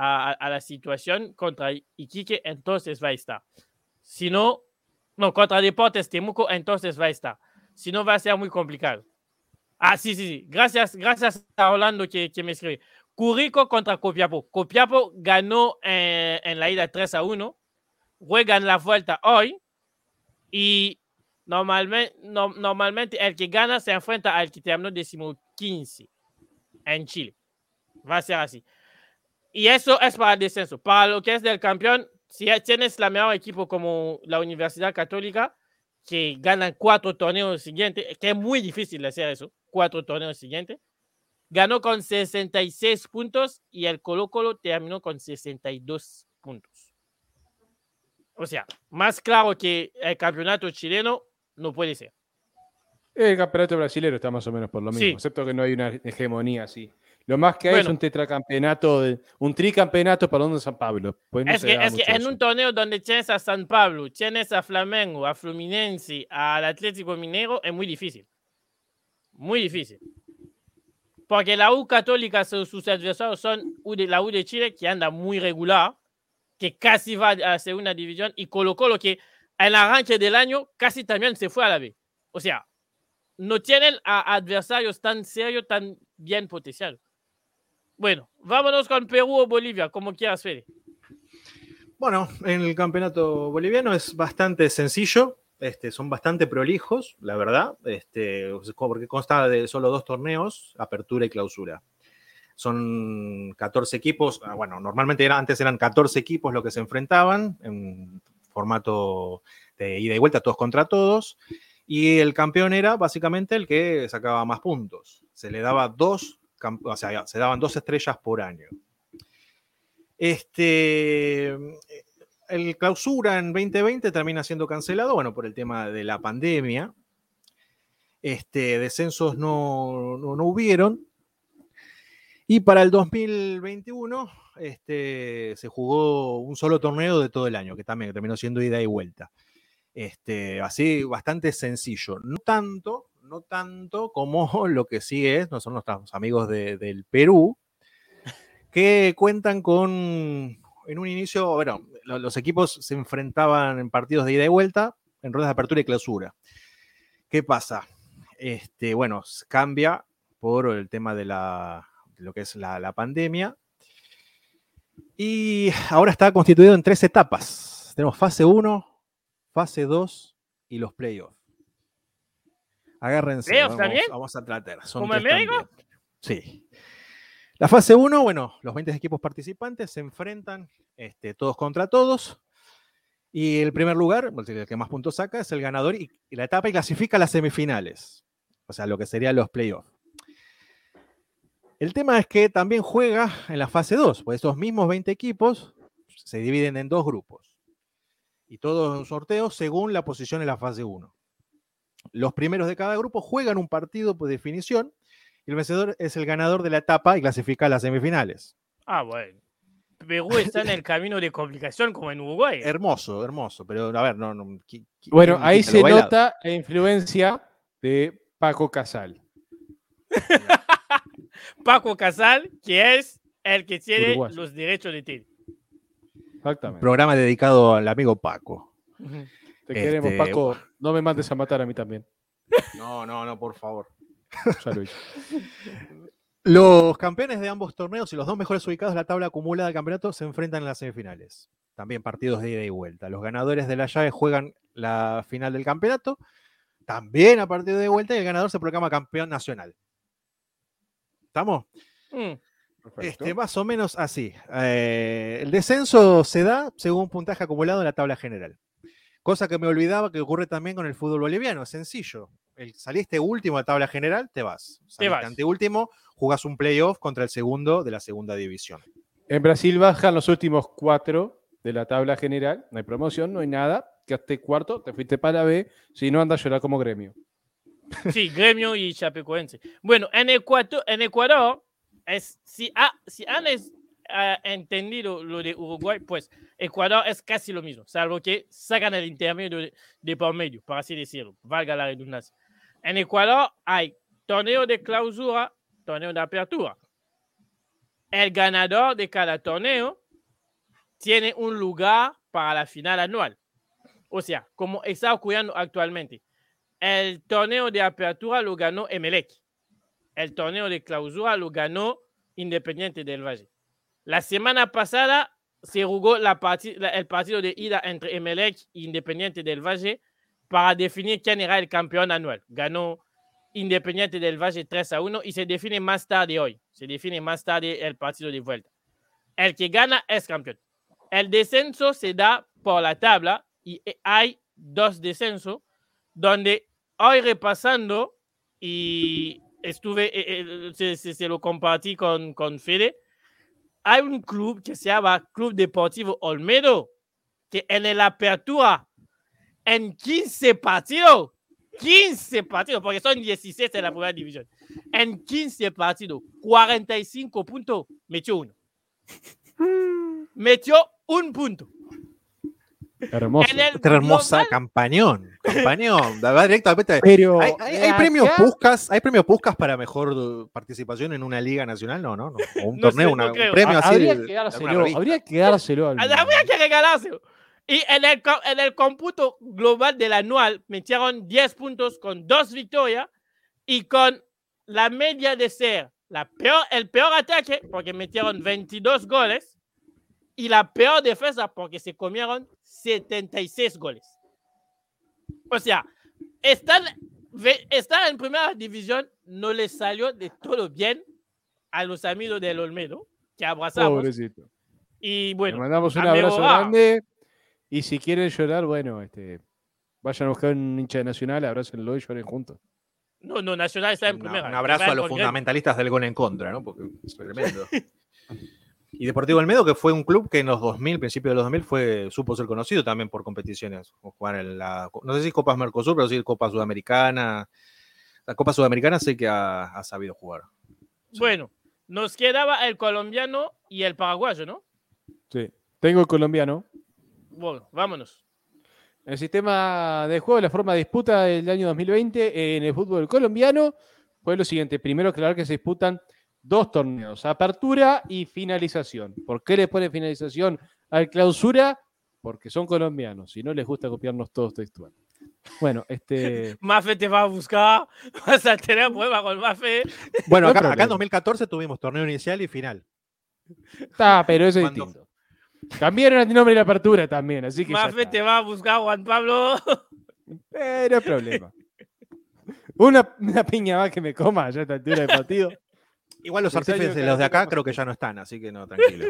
[SPEAKER 2] a, a la situación contra Iquique, entonces va a estar. Si no, no, contra Deportes Temuco, entonces va a estar. Si no, va a ser muy complicado. Ah, sí, sí, sí. Gracias, gracias a Orlando que, que me escribe. Curicó contra Copiapó. Copiapó ganó en, en la ida tres a uno. Juegan la vuelta hoy. Y normalmente, no, normalmente el que gana se enfrenta al que terminó decimoquince en Chile. Va a ser así. Y eso es para el descenso. Para lo que es del campeón, si tienes la mejor equipo como la Universidad Católica, que ganan cuatro torneos siguientes, que es muy difícil hacer eso, cuatro torneos siguientes, ganó con sesenta y seis puntos y el Colo-Colo terminó con sesenta y dos puntos. O sea, más claro que el campeonato chileno no puede ser.
[SPEAKER 5] El campeonato brasileño está más o menos por lo mismo,
[SPEAKER 2] Sí.
[SPEAKER 5] excepto que no hay una hegemonía así. Lo más que hay
[SPEAKER 2] Bueno.
[SPEAKER 5] es un tetracampeonato, de, un tricampeonato, perdón, de San Pablo. Pues no
[SPEAKER 2] es
[SPEAKER 5] se
[SPEAKER 2] que,
[SPEAKER 5] da
[SPEAKER 2] es que
[SPEAKER 5] mucho
[SPEAKER 2] en
[SPEAKER 5] eso.
[SPEAKER 2] un torneo donde tienes a San Pablo, tienes a Flamengo, a Fluminense, al Atlético Mineiro, es muy difícil. Muy difícil. Porque la U Católica, sus, sus adversarios son U de, la U de Chile, que anda muy regular, que casi va a la segunda división, y Colo-Colo, que en el arranque del año casi también se fue a la B. O sea, no tienen a adversarios tan serios, tan bien potenciados. Bueno, vámonos con Perú o Bolivia, como quieras, Fede.
[SPEAKER 4] Bueno, en el campeonato boliviano es bastante sencillo. Este, son bastante prolijos, la verdad, este, porque consta de solo dos torneos, apertura y clausura. Son catorce equipos, bueno, normalmente era, antes eran catorce equipos los que se enfrentaban en formato de ida y vuelta, todos contra todos, y el campeón era básicamente el que sacaba más puntos. Se le daba dos, o sea, se daban dos estrellas por año. Este... El clausura en veinte veinte termina siendo cancelado, bueno, por el tema de la pandemia. Este, descensos no, no, no hubieron. Y para el dos mil veintiuno este, se jugó un solo torneo de todo el año, que también terminó siendo ida y vuelta. Este, así, bastante sencillo. No tanto, no tanto como lo que sí es, no son nuestros amigos de, del Perú, que cuentan con... En un inicio, bueno, los equipos se enfrentaban en partidos de ida y vuelta, en rondas de apertura y clausura. ¿Qué pasa? Este, bueno, cambia por el tema de, la, de lo que es la, la pandemia. Y ahora está constituido en tres etapas. Tenemos fase uno, fase dos y los playoffs. Agárrense.
[SPEAKER 2] ¿Playoffs
[SPEAKER 4] vamos,
[SPEAKER 2] también?
[SPEAKER 4] vamos a tratar. Son
[SPEAKER 2] ¿Como
[SPEAKER 4] tres
[SPEAKER 2] en México?
[SPEAKER 4] también. Sí. La fase uno, bueno, los veinte equipos participantes se enfrentan este, todos contra todos. Y el primer lugar, el que más puntos saca, es el ganador y, y la etapa y clasifica a las semifinales. O sea, lo que serían los playoffs. El tema es que también juega en la fase dos, pues esos mismos veinte equipos se dividen en dos grupos. Y todos en sorteo según la posición en la fase uno. Los primeros de cada grupo juegan un partido por definición. Y el vencedor es el ganador de la etapa y clasifica a las semifinales.
[SPEAKER 2] Ah, bueno. Perú está en el camino de complicación como en Uruguay.
[SPEAKER 4] Hermoso, hermoso. Pero a ver, no. no ¿quién,
[SPEAKER 5] Bueno,
[SPEAKER 4] quién
[SPEAKER 5] ahí
[SPEAKER 4] quita
[SPEAKER 5] se
[SPEAKER 4] lo bailado?
[SPEAKER 5] nota la influencia de Paco Casal.
[SPEAKER 2] Paco Casal, que es el que tiene
[SPEAKER 5] Uruguayo.
[SPEAKER 2] los derechos de ti.
[SPEAKER 4] Un
[SPEAKER 5] Exactamente.
[SPEAKER 4] programa dedicado al amigo Paco.
[SPEAKER 5] Te queremos,
[SPEAKER 4] este,
[SPEAKER 5] Paco. No me mandes a matar a mí también.
[SPEAKER 4] No, no, no, por favor.
[SPEAKER 5] Ya lo hice.
[SPEAKER 4] Los campeones de ambos torneos y los dos mejores ubicados en la tabla acumulada del campeonato se enfrentan en las semifinales. También partidos de ida y vuelta. Los ganadores de la llave juegan la final del campeonato. También a partido de vuelta y el ganador se proclama campeón nacional. ¿Estamos?
[SPEAKER 2] Mm.
[SPEAKER 5] Perfecto.
[SPEAKER 4] Este, más o menos así. Eh, el descenso se da según puntaje acumulado en la tabla general. Cosa que me olvidaba que ocurre también con el fútbol boliviano. Es sencillo. El, saliste último de tabla general, te vas. Saliste
[SPEAKER 2] Te vas.
[SPEAKER 4] anteúltimo, jugás un playoff contra el segundo de la segunda división.
[SPEAKER 5] En Brasil bajan los últimos cuatro de la tabla general. No hay promoción, no hay nada. Quedaste cuarto, te fuiste para B. Si no, andas a llorar como Gremio.
[SPEAKER 2] Sí, Gremio y Chapecoense. Bueno, en Ecuador, en Ecuador es, si, ha, si han es, uh, entendido lo de Uruguay, pues Ecuador es casi lo mismo, salvo que sacan el intermedio de, de por medio, por así decirlo, valga la redundancia. En Ecuador hay torneo de clausura, torneo de apertura. el ganador de cada torneo tiene un lugar para la final anual. O sea, como está ocurriendo actualmente, el torneo de apertura lo ganó Emelec. El torneo de clausura lo ganó Independiente del Valle. La semana pasada se jugó la parti- la, el partido de ida entre Emelec e Independiente del Valle para definir quién era el campeón anual. Ganó Independiente del Valle tres a uno y se define más tarde hoy. Se define más tarde el partido de vuelta. El que gana es campeón. El descenso se da por la tabla y hay dos descensos donde hoy repasando y estuve, eh, eh, se, se, se lo compartí con, con Fede, hay un club que se llama Club Deportivo Olmedo, que en la apertura, en quince partidos, quince partidos, porque son dieciséis en la primera división, en quince partidos, cuarenta y cinco puntos, metió uno. Metió un punto.
[SPEAKER 5] Hermoso.
[SPEAKER 2] En el
[SPEAKER 4] Esta hermosa
[SPEAKER 2] global,
[SPEAKER 4] campañón. Campañón. Va directamente.
[SPEAKER 5] Pero
[SPEAKER 4] ¿Hay, hay, hay
[SPEAKER 5] acá-
[SPEAKER 4] premios Puskás? ¿Hay premios Puskás para mejor participación en una liga nacional? No, no, no. O un
[SPEAKER 2] No
[SPEAKER 4] torneo,
[SPEAKER 2] sé,
[SPEAKER 4] una-
[SPEAKER 2] no creo.
[SPEAKER 4] un premio
[SPEAKER 5] a-
[SPEAKER 4] así.
[SPEAKER 5] habría
[SPEAKER 4] de-
[SPEAKER 5] que
[SPEAKER 4] de alguna
[SPEAKER 5] dárselo,
[SPEAKER 4] revista.
[SPEAKER 5] habría que dárselo al
[SPEAKER 2] habría que regalárselo. Y en el, co- en el cómputo global del anual metieron diez puntos con dos victorias y con la media de ser la peor, el peor ataque, porque metieron veintidós goles, y la peor defensa, porque se comieron setenta y seis goles. O sea, están, ve- están en primera división, no les salió de todo bien a los amigos del Olmedo, que abrazamos.
[SPEAKER 5] Pobrecito.
[SPEAKER 2] Y
[SPEAKER 5] Le
[SPEAKER 2] bueno,
[SPEAKER 5] mandamos un
[SPEAKER 2] a
[SPEAKER 5] abrazo
[SPEAKER 2] mejorar.
[SPEAKER 5] grande. Y si quieren llorar, bueno, este, vayan a buscar un hincha de Nacional, abrácenlo y lloren juntos.
[SPEAKER 2] No, no, Nacional está en
[SPEAKER 4] Una-
[SPEAKER 2] primera.
[SPEAKER 4] un abrazo
[SPEAKER 2] Vayan
[SPEAKER 4] a los
[SPEAKER 2] con Gremio.
[SPEAKER 4] fundamentalistas del gol en contra, ¿no? Porque es tremendo. Y Deportivo Olmedo, que fue un club que en los dos mil, principios de los dos mil, fue, supo ser conocido también por competiciones. O jugar en la, no sé si Copas Mercosur, pero sí Copa Sudamericana. La Copa Sudamericana sé que ha, ha sabido jugar.
[SPEAKER 2] Bueno, nos quedaba el colombiano y el paraguayo, ¿no?
[SPEAKER 5] Sí. Tengo el colombiano.
[SPEAKER 2] Bueno, vámonos.
[SPEAKER 5] El sistema de juego, la forma de disputa del año dos mil veinte en el fútbol colombiano fue lo siguiente. Primero, aclarar que se disputan dos torneos, apertura y finalización. ¿Por qué le pone finalización al clausura? Porque son colombianos. Si no, les gusta copiarnos todos textual. Bueno, este...
[SPEAKER 2] Mafe te va a buscar, vas a tener prueba con Mafe.
[SPEAKER 4] Bueno,
[SPEAKER 5] No hay
[SPEAKER 4] acá, acá
[SPEAKER 5] problema.
[SPEAKER 4] en dos mil catorce tuvimos torneo inicial y final.
[SPEAKER 5] Ah, pero eso es
[SPEAKER 4] Cuando-
[SPEAKER 5] distinto. Cambiaron el nombre y la apertura también, así que ya
[SPEAKER 2] Mafe
[SPEAKER 5] está.
[SPEAKER 2] te va a buscar, Juan Pablo.
[SPEAKER 5] Eh, no hay problema. Una, una piña más que me coma ya a esta altura del partido.
[SPEAKER 4] Igual los
[SPEAKER 5] Seis años
[SPEAKER 4] artífices de
[SPEAKER 5] cada
[SPEAKER 4] los de acá
[SPEAKER 5] uno
[SPEAKER 4] creo que
[SPEAKER 5] más.
[SPEAKER 4] ya no están, así que no, tranquilo.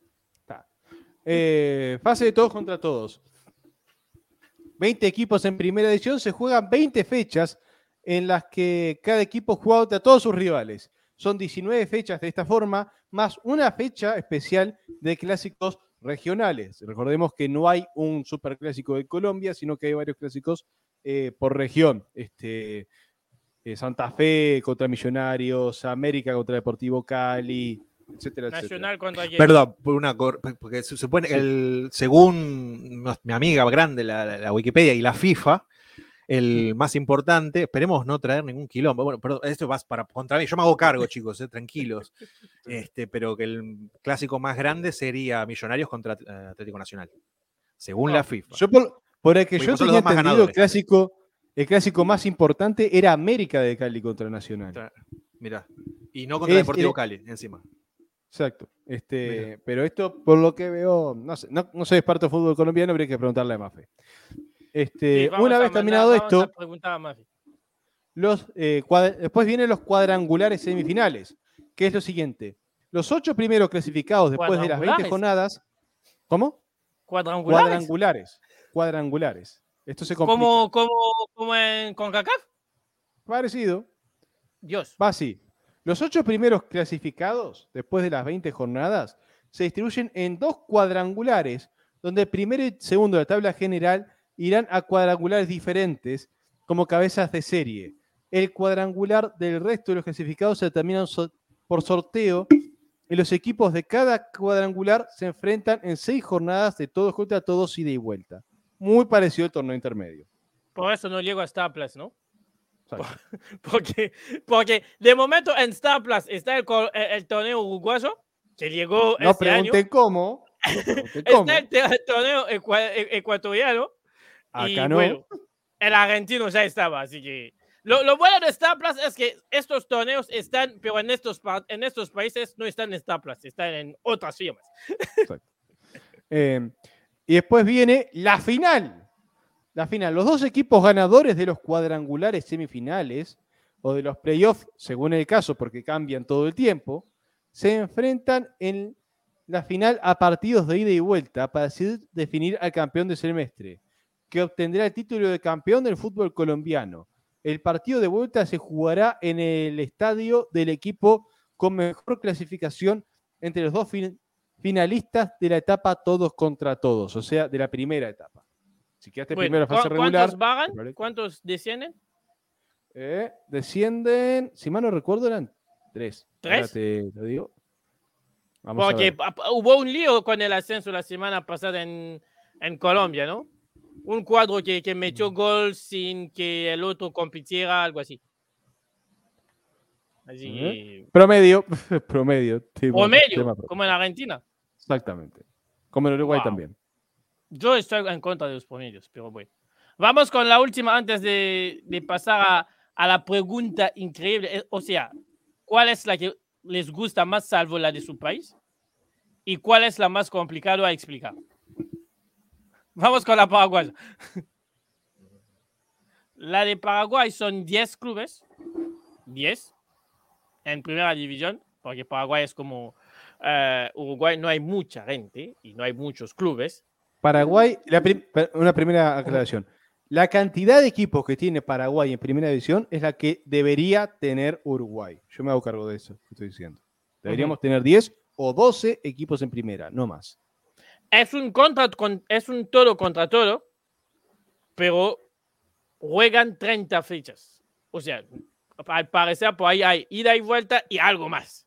[SPEAKER 5] Eh, fase de todos contra todos. veinte equipos en primera edición, se juegan veinte fechas en las que cada equipo juega contra todos sus rivales. Son diecinueve fechas de esta forma, más una fecha especial de clásicos regionales. Recordemos que no hay un superclásico de Colombia, sino que hay varios clásicos eh, por región. Este, eh, Santa Fe contra Millonarios, América contra Deportivo Cali, etcétera, etcétera.
[SPEAKER 2] Nacional contra quién.
[SPEAKER 4] Perdón, por una cor- porque se supone que el, según nos- mi amiga grande, la, la- la Wikipedia y la FIFA, el más importante, esperemos no traer ningún quilombo. Bueno, perdón, esto va para contra mí. Yo me hago cargo, chicos, eh, tranquilos. Este, pero que el clásico más grande sería Millonarios contra eh, Atlético Nacional. Según
[SPEAKER 2] No,
[SPEAKER 4] la FIFA.
[SPEAKER 5] Yo por, por el que
[SPEAKER 4] Porque
[SPEAKER 5] yo
[SPEAKER 4] son los
[SPEAKER 5] tenía
[SPEAKER 4] dos más
[SPEAKER 5] entendido, el
[SPEAKER 4] ganadores.
[SPEAKER 5] clásico, el clásico más importante era América de Cali contra Nacional.
[SPEAKER 4] Mirá. Y no contra
[SPEAKER 5] Es-
[SPEAKER 4] Deportivo
[SPEAKER 5] es-
[SPEAKER 4] Cali, encima.
[SPEAKER 5] Exacto. Este, pero esto, por lo que veo, no sé, no, no soy experto en fútbol colombiano, habría que preguntarle a Mafe. Este,
[SPEAKER 2] Sí, vamos
[SPEAKER 5] una
[SPEAKER 2] a
[SPEAKER 5] vez
[SPEAKER 2] mandar-
[SPEAKER 5] terminado
[SPEAKER 2] vamos
[SPEAKER 5] esto,
[SPEAKER 2] a preguntar a Mafe.
[SPEAKER 5] los, eh, cuad- después vienen los cuadrangulares semifinales, que es lo siguiente. Los ocho primeros clasificados después de las veinte
[SPEAKER 2] ¿Cuadrangulares?
[SPEAKER 5] jornadas. ¿Cómo?
[SPEAKER 2] ¿Cuadrangulares?
[SPEAKER 5] Cuadrangulares. Cuadrangulares. Esto se complica.
[SPEAKER 2] ¿Como, como, como en CONCACAF?
[SPEAKER 5] Parecido.
[SPEAKER 2] Dios.
[SPEAKER 5] Va así. Los ocho primeros clasificados, después de las veinte jornadas, se distribuyen en dos cuadrangulares, donde el primero y segundo de la tabla general irán a cuadrangulares diferentes, como cabezas de serie. El cuadrangular del resto de los clasificados se determinan so- por sorteo, y los equipos de cada cuadrangular se enfrentan en seis jornadas de todos contra todos, ida y vuelta. Muy parecido al torneo intermedio.
[SPEAKER 2] Por eso no llego a Star Plus, ¿no?
[SPEAKER 5] Exacto.
[SPEAKER 2] Porque, porque de momento en Star Plus está el, co- el- el torneo uruguayo, que llegó
[SPEAKER 5] No
[SPEAKER 2] este año.
[SPEAKER 5] pregunten cómo. no pregunten cómo.
[SPEAKER 2] Está el torneo ecua- e- ecuatoriano.
[SPEAKER 5] Acá
[SPEAKER 2] y
[SPEAKER 5] no.
[SPEAKER 2] bueno, el argentino ya estaba, así que... Lo, lo bueno de Star Plus es que estos torneos están, pero en estos, pa- en estos países no están en Star Plus, están en otras firmas.
[SPEAKER 5] Eh, y después viene la final. La final. Los dos equipos ganadores de los cuadrangulares semifinales o de los playoffs, según el caso, porque cambian todo el tiempo, se enfrentan en la final a partidos de ida y vuelta para así definir al campeón del semestre, que obtendrá el título de campeón del fútbol colombiano. El partido de vuelta se jugará en el estadio del equipo con mejor clasificación entre los dos fin- finalistas de la etapa todos contra todos, o sea, de la primera etapa. Si quedaste
[SPEAKER 2] Bueno,
[SPEAKER 5] primero en fase
[SPEAKER 2] ¿cu-
[SPEAKER 5] regular,
[SPEAKER 2] ¿cuántos bajan? ¿Cuántos descienden?
[SPEAKER 5] eh, descienden, si mal no recuerdo, eran tres.
[SPEAKER 2] ¿Tres?
[SPEAKER 5] Ahora te lo digo. Vamos a
[SPEAKER 2] Porque
[SPEAKER 5] ver.
[SPEAKER 2] pa- pa- hubo un lío con el ascenso la semana pasada en, en Colombia, ¿no? Un cuadro que, que metió gol sin que el otro compitiera, algo así. Así que...
[SPEAKER 5] Promedio, promedio. tema-
[SPEAKER 2] Promedio,
[SPEAKER 5] tema
[SPEAKER 2] como en Argentina.
[SPEAKER 5] Exactamente. Como en Uruguay
[SPEAKER 2] Wow.
[SPEAKER 5] también.
[SPEAKER 2] Yo estoy en contra de los promedios, pero bueno. Vamos con la última antes de, de pasar a, a la pregunta increíble. Eh, O sea, ¿cuál es la que les gusta más salvo la de su país? ¿Y cuál es la más complicada a explicar? Vamos con la paraguaya. La de Paraguay son diez clubes. diez. En primera división. Porque Paraguay es como uh, Uruguay. No hay mucha gente y no hay muchos clubes.
[SPEAKER 5] Paraguay, la prim- una primera aclaración. La cantidad de equipos que tiene Paraguay en primera división es la que debería tener Uruguay. Yo me hago cargo de eso que estoy diciendo. Deberíamos uh-huh. tener diez o doce equipos en primera, no más.
[SPEAKER 2] Es un, contra, con, es un todo contra todo, pero juegan treinta fechas. O sea, al parecer por ahí hay ida y vuelta y algo más.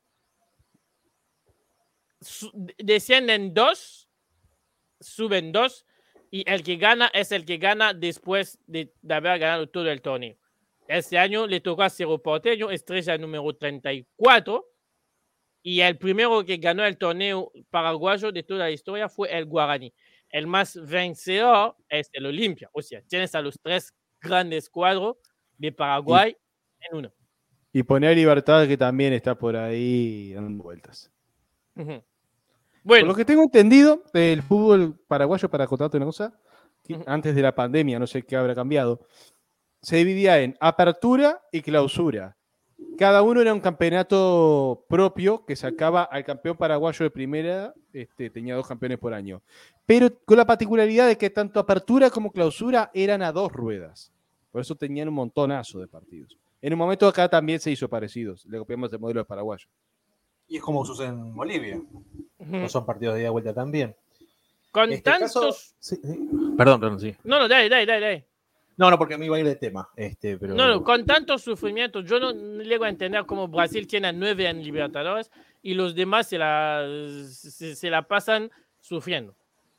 [SPEAKER 2] Su, descienden dos, suben dos, y el que gana es el que gana después de, de haber ganado todo el torneo. Este año le tocó a Cerro Porteño, estrella número treinta y cuatro, y el primero que ganó el torneo paraguayo de toda la historia fue el Guaraní. El más vencedor es el Olimpia. O sea, tienes a los tres grandes cuadros de Paraguay y, en uno.
[SPEAKER 5] Y poner Libertad, que también está por ahí dando vueltas.
[SPEAKER 2] Uh-huh. Bueno.
[SPEAKER 5] Por lo que tengo entendido del fútbol paraguayo, para contarte una cosa, que uh-huh. antes de la pandemia, no sé qué habrá cambiado, se dividía en apertura y clausura. Cada uno era un campeonato propio que sacaba al campeón paraguayo de primera, este, tenía dos campeones por año. Pero con la particularidad de que tanto apertura como clausura eran a dos ruedas. Por eso tenían un montonazo de partidos. En un momento acá también se hizo parecidos. Le copiamos el modelo de paraguayo.
[SPEAKER 6] Y es como sucede en Bolivia. Uh-huh. No son partidos de ida y vuelta también.
[SPEAKER 2] Con este tantos... Caso...
[SPEAKER 6] Sí, sí.
[SPEAKER 4] Perdón, perdón, sí.
[SPEAKER 2] No, no, dale, dale, dale.
[SPEAKER 6] No, no, porque a mí iba a ir de tema. Este, pero...
[SPEAKER 2] No, no, con tanto sufrimiento, yo no, no llego a entender cómo Brasil tiene nueve en Libertadores y los demás se la, se, se la pasan sufriendo.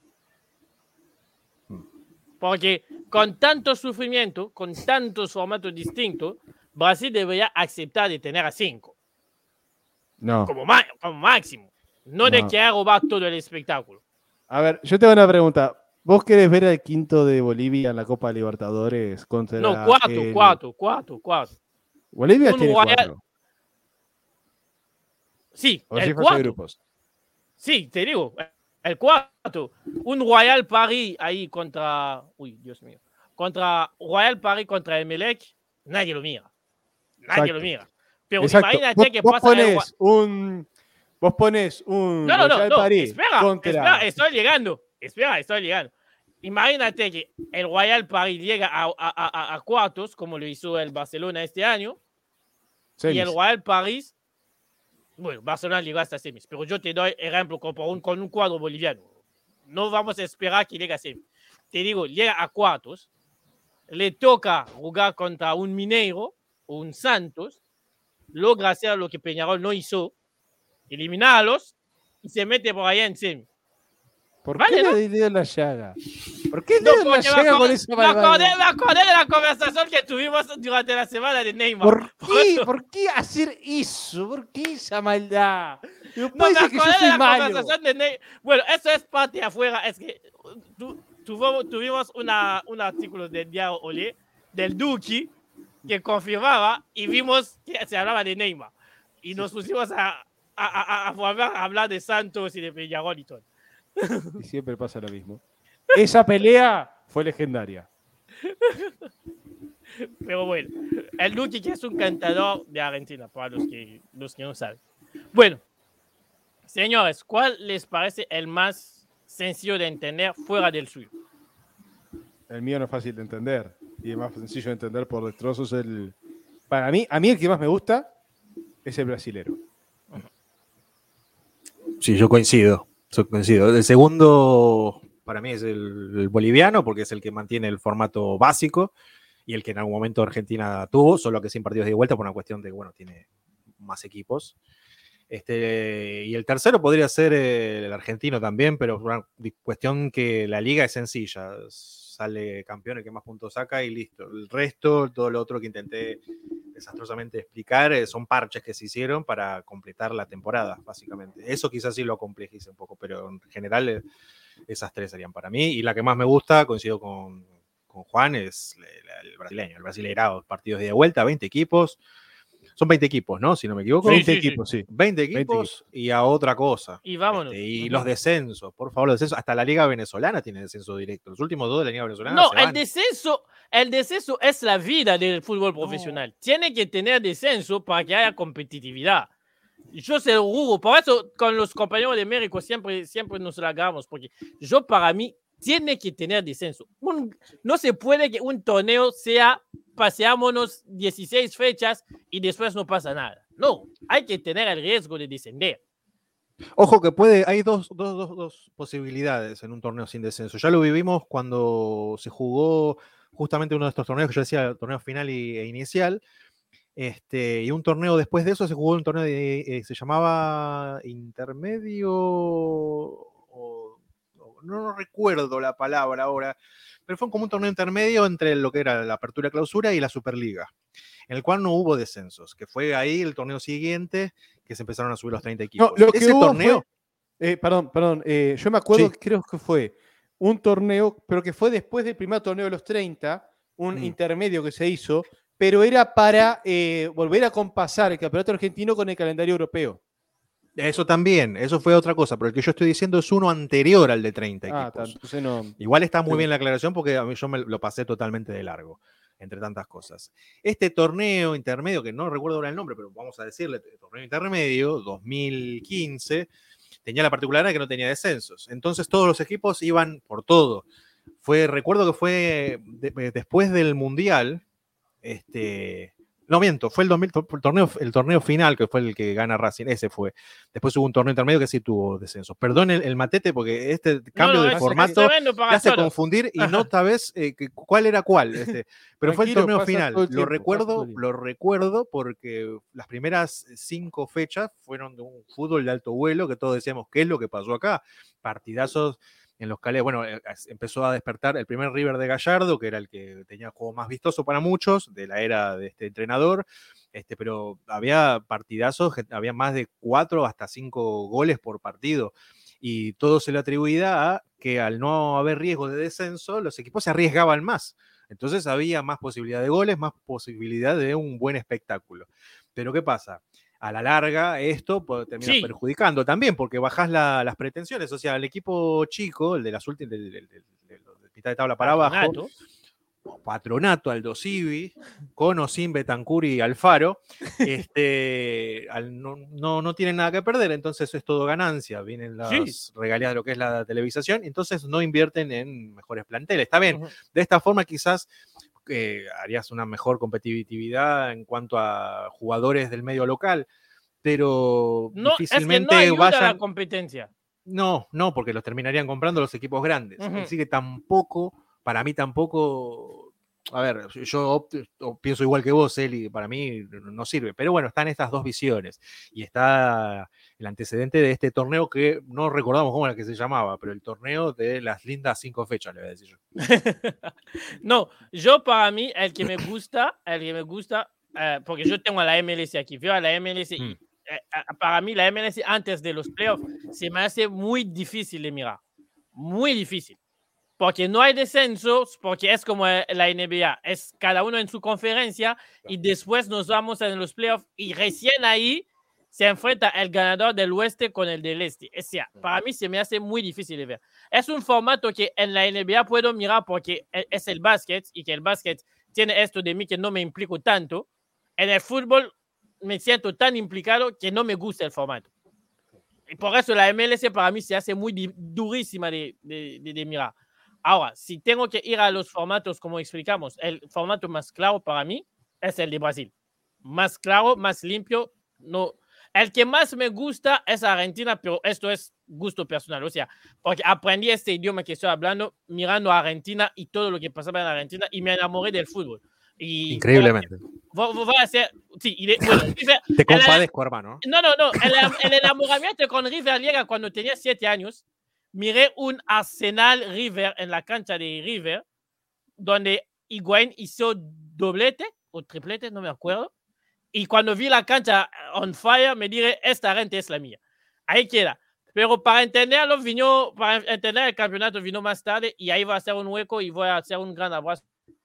[SPEAKER 2] Porque con tanto sufrimiento, con tantos formatos distintos, Brasil debería aceptar de tener a cinco.
[SPEAKER 5] No.
[SPEAKER 2] Como, como máximo. No, no de que robar todo el espectáculo.
[SPEAKER 5] A ver, yo te hago una pregunta. ¿Vos querés ver al quinto de Bolivia en la Copa Libertadores contra
[SPEAKER 2] No, cuatro,
[SPEAKER 5] el...
[SPEAKER 2] cuatro, cuatro, cuatro.
[SPEAKER 5] Bolivia
[SPEAKER 2] Un
[SPEAKER 5] tiene
[SPEAKER 2] Royal...
[SPEAKER 5] cuatro.
[SPEAKER 2] Sí,
[SPEAKER 5] o
[SPEAKER 2] el
[SPEAKER 5] si
[SPEAKER 2] cuatro.
[SPEAKER 5] Grupos.
[SPEAKER 2] Sí, te digo, el cuarto. Un Royal Paris ahí contra... Uy, Dios mío. Contra Royal Paris contra Emelec, nadie lo mira. Nadie Exacto. lo mira. Pero
[SPEAKER 5] Exacto.
[SPEAKER 2] imagínate
[SPEAKER 5] vos,
[SPEAKER 2] que
[SPEAKER 5] vos
[SPEAKER 2] pasa...
[SPEAKER 5] Ponés
[SPEAKER 2] el...
[SPEAKER 5] un... Vos pones un...
[SPEAKER 2] No, no, no,
[SPEAKER 5] Royal
[SPEAKER 2] no.
[SPEAKER 5] Paris
[SPEAKER 2] Espera,
[SPEAKER 5] contra...
[SPEAKER 2] espera, estoy llegando. Espera, estoy llegando. Imagínate que el Royal Paris llega a, a, a, a cuartos, como lo hizo el Barcelona este año, semis. Y el Royal Paris, bueno, Barcelona llegó hasta semis, pero yo te doy ejemplo con un, con un cuadro boliviano. No vamos a esperar que llegue a semis. Te digo, llega a cuartos, le toca jugar contra un Mineiro o un Santos, logra hacer lo que Peñarol no hizo, eliminarlos y se mete por allá en semis.
[SPEAKER 5] ¿Por
[SPEAKER 2] Vale,
[SPEAKER 5] qué
[SPEAKER 2] ¿no?
[SPEAKER 5] le doy el dedo en la llaga? ¿Por qué el
[SPEAKER 2] No,
[SPEAKER 5] dedo en la
[SPEAKER 2] porque me
[SPEAKER 5] llaga con
[SPEAKER 2] acordé,
[SPEAKER 5] esa
[SPEAKER 2] me, acordé,
[SPEAKER 5] malvada?
[SPEAKER 2] me acordé de la conversación que tuvimos durante la semana de Neymar.
[SPEAKER 5] ¿Por
[SPEAKER 2] Por
[SPEAKER 5] qué?
[SPEAKER 2] eso-
[SPEAKER 5] ¿Por qué hacer eso? ¿Por qué esa maldad? No
[SPEAKER 2] No,
[SPEAKER 5] puede
[SPEAKER 2] me
[SPEAKER 5] ser que yo
[SPEAKER 2] acordé de
[SPEAKER 5] soy
[SPEAKER 2] la
[SPEAKER 5] malo.
[SPEAKER 2] conversación de Neymar. Bueno, eso es parte de afuera. Es que tu, tuvimos, tuvimos una, un artículo del diario Olé, del Duki, que confirmaba y vimos que se hablaba de Neymar. Y nos pusimos a, a, a, a, volver a hablar de Santos y de Peñarol y todo.
[SPEAKER 5] Y siempre pasa lo mismo. Esa pelea fue legendaria.
[SPEAKER 2] Pero bueno, el Duki que es un cantador de Argentina, para los que, los que no saben. Bueno, señores, ¿cuál les parece el más sencillo de entender fuera del suyo?
[SPEAKER 5] El mío no es fácil de entender. Y es más sencillo de entender por destrozos. El... Para mí, a mí el que más me gusta es el brasilero.
[SPEAKER 6] Sí, yo coincido. Yo coincido. El segundo, para mí, es el, el boliviano, porque es el que mantiene el formato básico y el que en algún momento Argentina tuvo, solo que sin partidos de vuelta por una cuestión de, bueno, tiene más equipos. Este, y el tercero podría ser el argentino también, pero por una cuestión que la liga es sencilla. Sale campeón el que más puntos saca y listo. El resto, todo lo otro que intenté desastrosamente explicar, eh, son parches que se hicieron para completar la temporada, básicamente. Eso quizás sí lo complejice un poco, pero en general eh, esas tres serían para mí. Y la que más me gusta, coincido con, con Juan, es el, el brasileño, el brasileirado. Partidos de vuelta, veinte equipos. Son veinte equipos, ¿no? Si no me equivoco.
[SPEAKER 2] Sí,
[SPEAKER 5] veinte
[SPEAKER 2] sí,
[SPEAKER 5] equipos, sí.
[SPEAKER 6] veinte equipos,
[SPEAKER 5] veinte equipos
[SPEAKER 6] y a otra cosa.
[SPEAKER 2] Y vámonos.
[SPEAKER 6] Este, y
[SPEAKER 2] Uh-huh.
[SPEAKER 6] los descensos, por favor, los descensos. Hasta la Liga Venezolana tiene descenso directo. Los últimos dos de la Liga Venezolana
[SPEAKER 2] No,
[SPEAKER 6] se
[SPEAKER 2] el
[SPEAKER 6] van.
[SPEAKER 2] descenso, el descenso es la vida del fútbol profesional. No. Tiene que tener descenso para que haya competitividad. Yo se lo juro, por eso con los compañeros de México siempre, siempre nos la hagamos, porque yo para mí tiene que tener descenso. Un, no se puede que un torneo sea paseámonos dieciséis fechas y después no pasa nada. No, hay que tener el riesgo de descender.
[SPEAKER 6] Ojo que puede, hay dos, dos, dos, dos posibilidades en un torneo sin descenso. Ya lo vivimos cuando se jugó justamente uno de estos torneos que yo decía, el torneo final y, e inicial. Este, y un torneo después de eso se jugó un torneo de, eh, se llamaba intermedio, o, o, no recuerdo la palabra ahora, pero fue como un torneo intermedio entre lo que era la apertura clausura y la Superliga, en el cual no hubo descensos, que fue ahí el torneo siguiente que se empezaron a subir los treinta equipos.
[SPEAKER 5] No, lo que
[SPEAKER 6] Ese
[SPEAKER 5] hubo
[SPEAKER 6] torneo...
[SPEAKER 5] Fue, eh, perdón, perdón, eh, yo me acuerdo,
[SPEAKER 6] Sí.
[SPEAKER 5] creo que fue un torneo, pero que fue después del primer torneo de los treinta, un
[SPEAKER 6] Mm.
[SPEAKER 5] intermedio que se hizo, pero era para eh, volver a compasar el campeonato argentino con el calendario europeo.
[SPEAKER 6] Eso también, eso fue otra cosa, pero el que yo estoy diciendo es uno anterior al de treinta
[SPEAKER 5] Ah,
[SPEAKER 6] equipos.
[SPEAKER 5] entonces no.
[SPEAKER 6] Igual está muy
[SPEAKER 5] Sí.
[SPEAKER 6] bien la aclaración porque a mí yo me lo pasé totalmente de largo, entre tantas cosas. Este torneo intermedio, que no recuerdo ahora el nombre, pero vamos a decirle, torneo intermedio, dos mil quince, tenía la particularidad de que no tenía descensos. Entonces todos los equipos iban por todo. Fue, recuerdo que fue de, después del Mundial, este... No miento, fue el, dos mil, el, torneo, el torneo final que fue el que gana Racing, ese fue. Después hubo un torneo intermedio que sí tuvo descensos. Perdón el, el matete porque este cambio
[SPEAKER 2] no, no,
[SPEAKER 6] de
[SPEAKER 2] es,
[SPEAKER 6] formato
[SPEAKER 2] es
[SPEAKER 6] te hace todos. confundir y no sabes eh, que, cuál era cuál. Este, pero fue el torneo final. El tiempo, lo recuerdo, lo recuerdo porque las primeras cinco fechas fueron de un fútbol de alto vuelo que todos decíamos, ¿qué es lo que pasó acá? Partidazos en los cuales, bueno, empezó a despertar el primer River de Gallardo, que era el que tenía el juego más vistoso para muchos, de la era de este entrenador, este, pero había partidazos, había más de cuatro hasta cinco goles por partido, y todo se le atribuía a que al no haber riesgo de descenso, los equipos se arriesgaban más, entonces había más posibilidad de goles, más posibilidad de un buen espectáculo. Pero ¿qué pasa? A la larga esto termina sí. perjudicando también, porque bajás la, las pretensiones, o sea, el equipo chico, el de las últimas, del, del, del, del, de mitad de tabla para
[SPEAKER 2] Patronato.
[SPEAKER 6] abajo, Patronato, Aldo Civi, con o sin Betancur y Alfaro, este, al, no, no, no tienen nada que perder, entonces es todo ganancia, vienen las sí. regalías de lo que es la televisación, entonces no invierten en mejores planteles. Está bien, uh-huh. De esta forma quizás Eh, harías una mejor competitividad en cuanto a jugadores del medio local, pero
[SPEAKER 2] no,
[SPEAKER 6] difícilmente
[SPEAKER 2] es que no ayuda
[SPEAKER 6] vayan...
[SPEAKER 2] a la competencia.
[SPEAKER 6] No, no, porque los terminarían comprando los equipos grandes. Uh-huh. Así que tampoco, para mí tampoco a ver, yo opto, pienso igual que vos, Eli, para mí no sirve. Pero bueno, están estas dos visiones. Y está el antecedente de este torneo que no recordamos cómo era que se llamaba, pero el torneo de las lindas cinco fechas, le voy a decir yo.
[SPEAKER 2] No, yo para mí, el que me gusta, el que me gusta, uh, porque yo tengo a la M L S aquí, veo a la M L S, mm. y, uh, para mí la M L S antes de los playoffs se me hace muy difícil de mirar. Muy difícil. Porque no hay descensos, porque es como la N B A, es cada uno en su conferencia y después nos vamos en los playoffs y recién ahí se enfrenta el ganador del oeste con el del este. O sea, para mí se me hace muy difícil de ver. Es un formato que en la N B A puedo mirar porque es el básquet y que el básquet tiene esto de mí que no me implico tanto. En el fútbol me siento tan implicado que no me gusta el formato. Y por eso la M L S para mí se hace muy durísima de, de, de, de mirar. Ahora, si tengo que ir a los formatos, como explicamos, el formato más claro para mí es el de Brasil. Más claro, más limpio. No. El que más me gusta es Argentina, pero esto es gusto personal. O sea, porque aprendí este idioma que estoy hablando mirando a Argentina y todo lo que pasaba en Argentina y me enamoré del fútbol. Y
[SPEAKER 6] increíblemente.
[SPEAKER 2] Voy, voy a hacer, sí, y de, bueno, River,
[SPEAKER 6] te compadezco, el, hermano.
[SPEAKER 2] No, no, no. El, el enamoramiento con River llega cuando tenía siete años. Miré un Arsenal River en la cancha de River, donde Higuaín hizo doblete o triplete, no me acuerdo. Y cuando vi la cancha on fire, me dije, esta gente es la mía. Ahí queda. Pero para entenderlo, vino, para entender el campeonato vino más tarde y ahí va a ser un hueco y voy a hacer un gran abrazo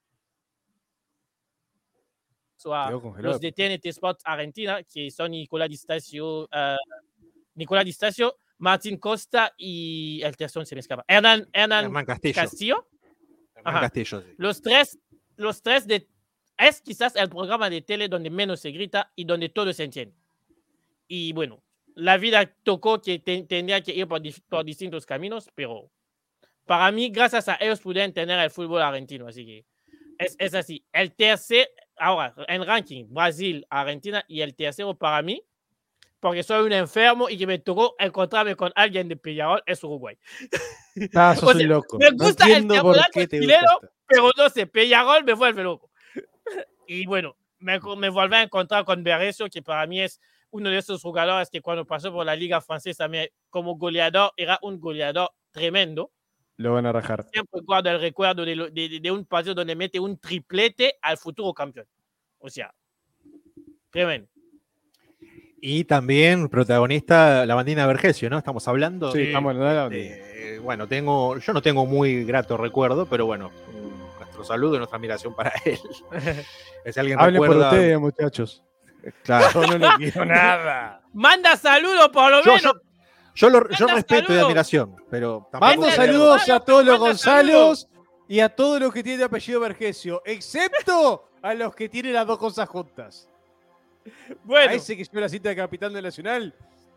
[SPEAKER 2] a los de T N T Sports Argentina, que son Nicolás Di Stasio, uh, Nicolás Di Stasio, Martín Costa y el tercero se me escapa. Hernán, Hernán, Hernán Castillo. Castillo.
[SPEAKER 6] Hernán Castillo, sí.
[SPEAKER 2] Los tres, los tres de, es quizás el programa de tele donde menos se grita y donde todo se entiende. Y bueno, la vida tocó que te, tenía que ir por, por distintos caminos, pero para mí, gracias a ellos pude entender el fútbol argentino. Así que es, es así. El tercer, ahora, en ranking, Brasil, Argentina, y el tercero para mí, porque soy un enfermo y que me tocó encontrarme con alguien de Peñarol, es Uruguay.
[SPEAKER 5] Ah, sos o sea, un loco.
[SPEAKER 2] Me gusta no el campeonato chileno, pero no sé, Peñarol me vuelve loco. Y bueno, me, me volví a encontrar con Beresio, que para mí es uno de esos jugadores que cuando pasó por la Liga Francesa me, como goleador, era un goleador tremendo.
[SPEAKER 5] Lo van a rajar.
[SPEAKER 2] Siempre guardo el recuerdo de, de, de, de un partido donde mete un triplete al futuro campeón. O sea, tremendo.
[SPEAKER 6] Y también protagonista la Bandina Vergesio, ¿no? Estamos hablando.
[SPEAKER 5] Sí,
[SPEAKER 6] de,
[SPEAKER 5] estamos hablando de la Bandina.
[SPEAKER 6] De, bueno, tengo, yo no tengo muy grato recuerdo, pero bueno, nuestro saludo y nuestra admiración para él. Si alguien
[SPEAKER 5] Hablen
[SPEAKER 6] recuerda,
[SPEAKER 5] por ustedes, muchachos.
[SPEAKER 6] Claro.
[SPEAKER 5] Yo no le quiero nada.
[SPEAKER 2] Manda saludos por lo
[SPEAKER 6] yo,
[SPEAKER 2] menos.
[SPEAKER 6] Yo, yo, lo, yo respeto
[SPEAKER 2] saludo.
[SPEAKER 6] y admiración, pero
[SPEAKER 5] mando saludos a todos los Gonzalos y a todos los que tienen apellido Vergesio, excepto a los que tienen las dos cosas juntas.
[SPEAKER 2] Bueno.
[SPEAKER 5] A ese que lleva la cita de capitán de Nacional.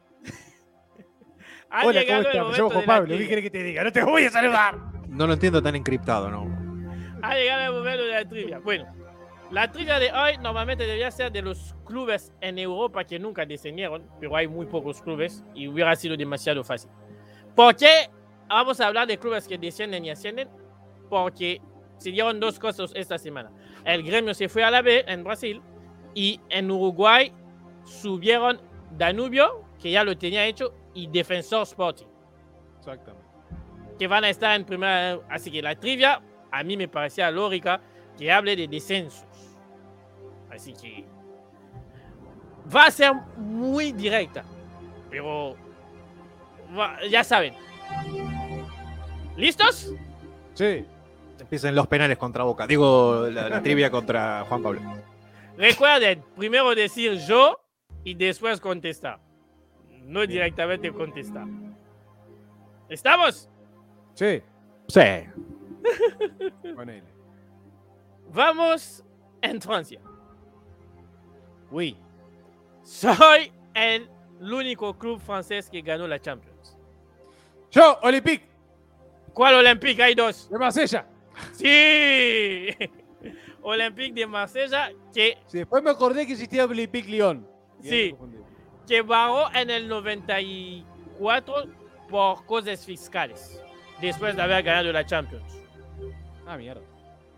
[SPEAKER 2] Ha
[SPEAKER 5] Hola, ¿cómo estás? Me llamo Juan Pablo. ¿Qué querés que te diga? No te voy a saludar.
[SPEAKER 6] No lo entiendo tan encriptado, ¿no?
[SPEAKER 2] Ha llegado el momento de la trivia. Bueno, la trivia de hoy normalmente debería ser de los clubes en Europa que nunca descendieron, pero hay muy pocos clubes y hubiera sido demasiado fácil. ¿Por qué vamos a hablar de clubes que descienden y ascienden? Porque se dieron dos cosas esta semana. El Gremio se fue a la B en Brasil. Y en Uruguay subieron Danubio, que ya lo tenía hecho, y Defensor Sporting.
[SPEAKER 5] Exactamente.
[SPEAKER 2] Que van a estar en primera. Así que la trivia, a mí me parecía lógica que hable de descensos. Así que va a ser muy directa. Pero va, ya saben. ¿Listos?
[SPEAKER 5] Sí.
[SPEAKER 6] Empiezan los penales contra Boca. Digo, la, la trivia contra Juan Pablo.
[SPEAKER 2] Recuerden, primero decir yo y después contestar. No directamente contestar. ¿Estamos?
[SPEAKER 5] Sí.
[SPEAKER 6] Sí.
[SPEAKER 5] Ponele.
[SPEAKER 2] Vamos en Francia.
[SPEAKER 5] Oui.
[SPEAKER 2] Soy el único club francés que ganó la Champions.
[SPEAKER 5] Yo, Olympique.
[SPEAKER 2] ¿Cuál Olympique? Hay dos.
[SPEAKER 5] De Marsella.
[SPEAKER 2] Sí. Olympique de Marsella, que...
[SPEAKER 5] Sí, después me acordé que existía Olympique Lyon.
[SPEAKER 2] Sí, que bajó en el noventa y cuatro por cosas fiscales, después de haber ganado la Champions.
[SPEAKER 5] Ah, mierda.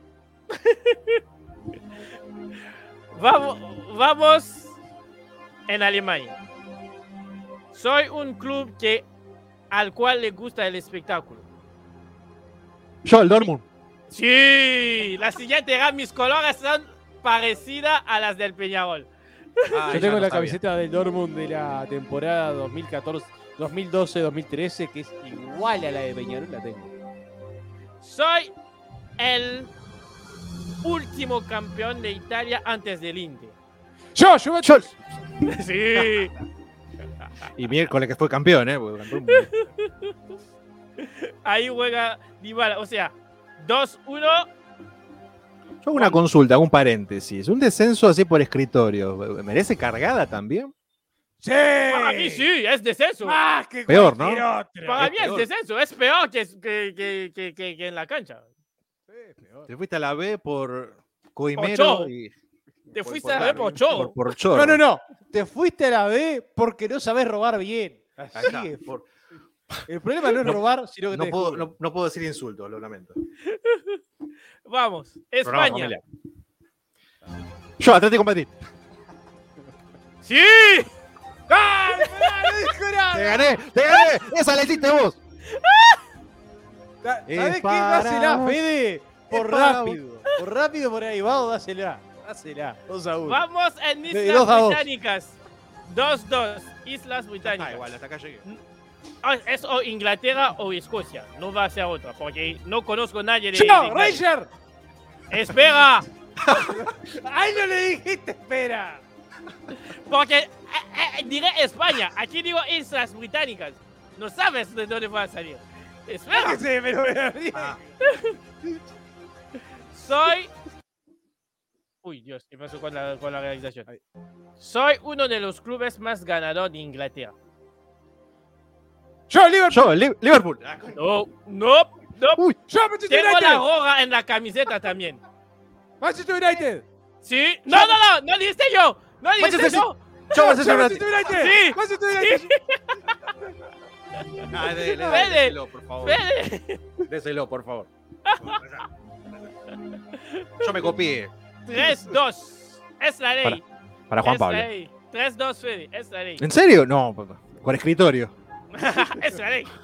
[SPEAKER 2] Vamos, vamos en Alemania. Soy un club que al cual le gusta el espectáculo.
[SPEAKER 6] Yo, el Dortmund.
[SPEAKER 2] Sí, la siguiente era mis colores son parecidas a las del Peñarol.
[SPEAKER 5] Ah, yo tengo la camiseta del Dortmund de la temporada dos mil catorce, dos mil doce dos mil trece, que es igual a la de Peñarol, la tengo.
[SPEAKER 2] Soy el último campeón de Italia antes del Inter.
[SPEAKER 5] Yo, yo, yo.
[SPEAKER 2] Sí.
[SPEAKER 6] Y miércoles que fue campeón, ¿eh? Campeón.
[SPEAKER 2] Ahí juega Dybala, o sea, dos uno.
[SPEAKER 6] Yo hago una consulta, un paréntesis. Un descenso así por escritorio, ¿merece cargada también?
[SPEAKER 5] ¡Sí!
[SPEAKER 2] Para mí sí, es descenso.
[SPEAKER 5] Más que
[SPEAKER 6] peor, ¿no?
[SPEAKER 5] Otro.
[SPEAKER 2] Para
[SPEAKER 6] es
[SPEAKER 2] mí
[SPEAKER 6] peor.
[SPEAKER 2] es descenso, es peor que, que, que, que, que, que en la cancha.
[SPEAKER 5] Sí, peor.
[SPEAKER 6] Te fuiste a la B por Coimero
[SPEAKER 2] Ocho.
[SPEAKER 6] y...
[SPEAKER 2] Te
[SPEAKER 6] por-
[SPEAKER 2] fuiste
[SPEAKER 6] por
[SPEAKER 2] a ver por
[SPEAKER 6] Por,
[SPEAKER 2] Chorro.
[SPEAKER 6] por chorro.
[SPEAKER 5] No, no, no. Te fuiste a la B porque no sabés robar bien.
[SPEAKER 6] Ahí
[SPEAKER 5] Así
[SPEAKER 6] está,
[SPEAKER 5] es.
[SPEAKER 6] por-
[SPEAKER 5] El problema no es
[SPEAKER 6] No-
[SPEAKER 5] robar, sino que
[SPEAKER 6] no,
[SPEAKER 5] te
[SPEAKER 6] puedo,
[SPEAKER 5] descubren.
[SPEAKER 6] no, no puedo decir insultos, lo lamento.
[SPEAKER 2] Vamos,
[SPEAKER 6] Programa
[SPEAKER 2] España.
[SPEAKER 6] familiar. Yo, Atlético de Madrid.
[SPEAKER 2] ¡Sí!
[SPEAKER 5] ¡Ah! ¡No dijo nada!
[SPEAKER 6] ¡Te gané! ¡Te gané! ¡Esa la hiciste vos!
[SPEAKER 5] ¿Sabés
[SPEAKER 6] Es
[SPEAKER 5] qué?
[SPEAKER 6] para-
[SPEAKER 5] Dásela, Fede. Por
[SPEAKER 6] es para
[SPEAKER 5] rápido. Por rápido por ahí. Vamos, dásela. Dásela. dos a uno.
[SPEAKER 2] Vamos en
[SPEAKER 5] De
[SPEAKER 2] Islas
[SPEAKER 5] dos a dos.
[SPEAKER 2] Británicas. dos dos. Islas
[SPEAKER 6] Ah,
[SPEAKER 2] Británicas.
[SPEAKER 6] igual, hasta acá llegué.
[SPEAKER 2] Ah, es o Inglaterra o Escocia. No va a ser otra, porque no conozco a nadie de.
[SPEAKER 5] ¡Yo,
[SPEAKER 2] de-
[SPEAKER 5] Ranger!
[SPEAKER 2] ¡Espera!
[SPEAKER 5] ¡Ay, no le dijiste, espera!
[SPEAKER 2] Porque eh, eh, diré España. Aquí digo Islas Británicas. No sabes de dónde va a salir. Espera.
[SPEAKER 5] Sí, pero
[SPEAKER 6] Ah.
[SPEAKER 2] Soy. Uy, Dios, ¿qué pasó con la, con la realización? Soy uno de los clubes más ganadores de Inglaterra.
[SPEAKER 5] ¡Yo, Liverpool!
[SPEAKER 6] Yo, Li- Liverpool. Ah, coño.
[SPEAKER 2] No, no, no.
[SPEAKER 6] Uy,
[SPEAKER 5] ¡Yo, Manchester
[SPEAKER 2] Tengo la
[SPEAKER 5] United!
[SPEAKER 2] gorra en la camiseta también.
[SPEAKER 5] ¡Manchester United!
[SPEAKER 2] ¿Sí? No, no, no, no dijiste yo. No dijiste
[SPEAKER 6] Manchester
[SPEAKER 2] yo.
[SPEAKER 6] yo, Manchester
[SPEAKER 5] ¡Yo,
[SPEAKER 6] United.
[SPEAKER 5] Manchester United!
[SPEAKER 2] Sí.
[SPEAKER 5] ¡Manchester United!
[SPEAKER 6] Ah, dele, dele,
[SPEAKER 2] Fede.
[SPEAKER 6] déselo, por favor.
[SPEAKER 2] Fede.
[SPEAKER 6] Déselo, por favor. Yo me copié.
[SPEAKER 2] tres dos. Es la ley.
[SPEAKER 6] Para Juan
[SPEAKER 2] es
[SPEAKER 6] Pablo.
[SPEAKER 2] la ley. tres dos, Fede. Es la ley.
[SPEAKER 6] ¿En serio? No, por escritorio.
[SPEAKER 2] Es la ley.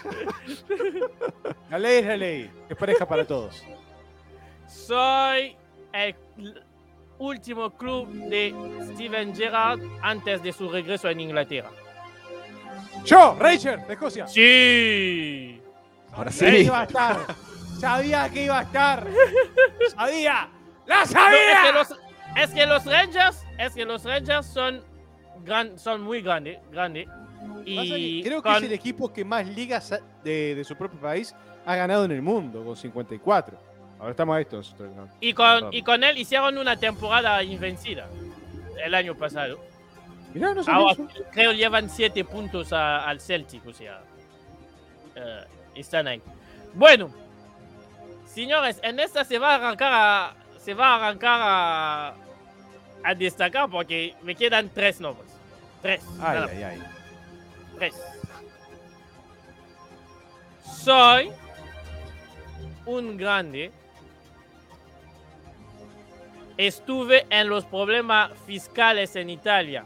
[SPEAKER 5] La ley es la ley. Es pareja para todos.
[SPEAKER 2] Soy el último club de Steven Gerrard antes de su regreso en Inglaterra.
[SPEAKER 5] ¡Yo, Ranger, de Escocia!
[SPEAKER 6] Ahora
[SPEAKER 2] Sí.
[SPEAKER 5] Sabía
[SPEAKER 6] sí.
[SPEAKER 5] que iba a estar. Sabía que iba a estar. Sabía. ¡La
[SPEAKER 2] No, es, que
[SPEAKER 5] sabía!
[SPEAKER 2] los, es que los Rangers, es que los Rangers son, gran, son muy grandes, grande,
[SPEAKER 5] Pasa
[SPEAKER 2] y
[SPEAKER 5] que creo que
[SPEAKER 2] con-
[SPEAKER 5] es el equipo que más ligas ha- de, de su propio país ha ganado en el mundo, con cincuenta y cuatro. Ahora estamos a estos.
[SPEAKER 2] y con y con él hicieron una temporada invencida el año pasado.
[SPEAKER 5] Mirá, no sabía
[SPEAKER 2] Ahora
[SPEAKER 5] eso.
[SPEAKER 2] creo llevan siete puntos a- al Celtic, o sea, eh, están ahí. Bueno, señores, en esta se va a arrancar a, se va a arrancar a, a destacar porque me quedan tres nombres. Tres.
[SPEAKER 5] Ay,
[SPEAKER 2] nada
[SPEAKER 5] ay, ay.
[SPEAKER 2] Tres. Soy un grande. Estuve en los problemas fiscales en Italia.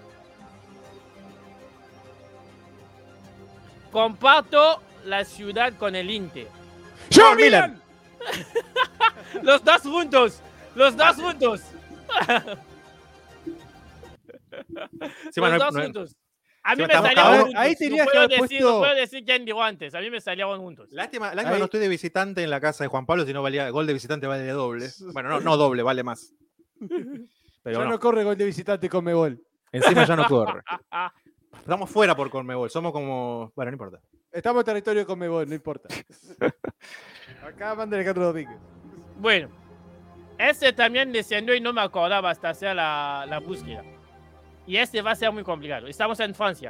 [SPEAKER 2] Comparto la ciudad con el Inter.
[SPEAKER 5] ¡Yo,
[SPEAKER 6] Milan!
[SPEAKER 2] Los dos juntos. Los dos juntos.
[SPEAKER 6] Sí,
[SPEAKER 2] los
[SPEAKER 6] bueno,
[SPEAKER 2] dos
[SPEAKER 6] no- no-
[SPEAKER 2] juntos. A mí
[SPEAKER 6] Sí,
[SPEAKER 2] me
[SPEAKER 6] estamos-
[SPEAKER 2] salieron
[SPEAKER 6] ahí-
[SPEAKER 2] juntos.
[SPEAKER 5] ahí tenías
[SPEAKER 2] no
[SPEAKER 5] que
[SPEAKER 2] puedo
[SPEAKER 5] haber
[SPEAKER 2] decir,
[SPEAKER 5] puesto-
[SPEAKER 2] no puedo decir quién dijo antes. A mí me salieron juntos.
[SPEAKER 6] Lástima, lástima
[SPEAKER 5] Ahí-
[SPEAKER 6] que no estoy de visitante en la casa de Juan Pablo, si no valía gol de visitante vale doble. Bueno, no, no doble, vale más. Pero
[SPEAKER 5] Ya
[SPEAKER 6] no,
[SPEAKER 5] no corre gol de visitante con Mebol.
[SPEAKER 6] encima ya no corre. Estamos fuera por Conmebol, somos como... Bueno, no importa.
[SPEAKER 5] Estamos en territorio de Conmebol, no importa. Acá manda el Carlos Domínguez.
[SPEAKER 2] Bueno, este también descendió y no me acordaba hasta hacer la, la búsqueda. Y este va a ser muy complicado. Estamos en Francia.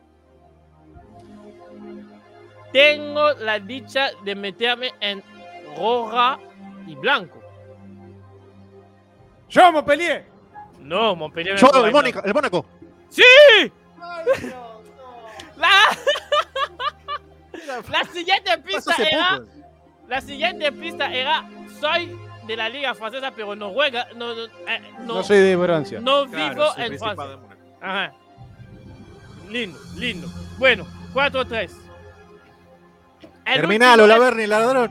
[SPEAKER 2] Tengo la dicha de meterme en roja y blanco.
[SPEAKER 5] ¡Yo, Montpellier!
[SPEAKER 2] No, Montpellier.
[SPEAKER 6] Yo,
[SPEAKER 2] no
[SPEAKER 6] el,
[SPEAKER 2] hay
[SPEAKER 6] Mónica,
[SPEAKER 2] nada.
[SPEAKER 6] el Mónaco.
[SPEAKER 2] ¡Sí! La... la siguiente pista
[SPEAKER 6] Pasó hace
[SPEAKER 2] era...
[SPEAKER 6] poco.
[SPEAKER 2] La siguiente pista era... Soy de la liga francesa, pero no juega, no, no, eh, no,
[SPEAKER 5] No soy de Francia.
[SPEAKER 2] no
[SPEAKER 6] Claro,
[SPEAKER 2] vivo
[SPEAKER 6] sí,
[SPEAKER 2] en
[SPEAKER 6] Principado
[SPEAKER 2] Francia.
[SPEAKER 6] de Mónaco.
[SPEAKER 2] Ajá. Lindo, lindo. Bueno, cuatro tres. El
[SPEAKER 6] Terminalo,
[SPEAKER 2] último
[SPEAKER 6] la
[SPEAKER 2] es-
[SPEAKER 6] Berni, ladrón.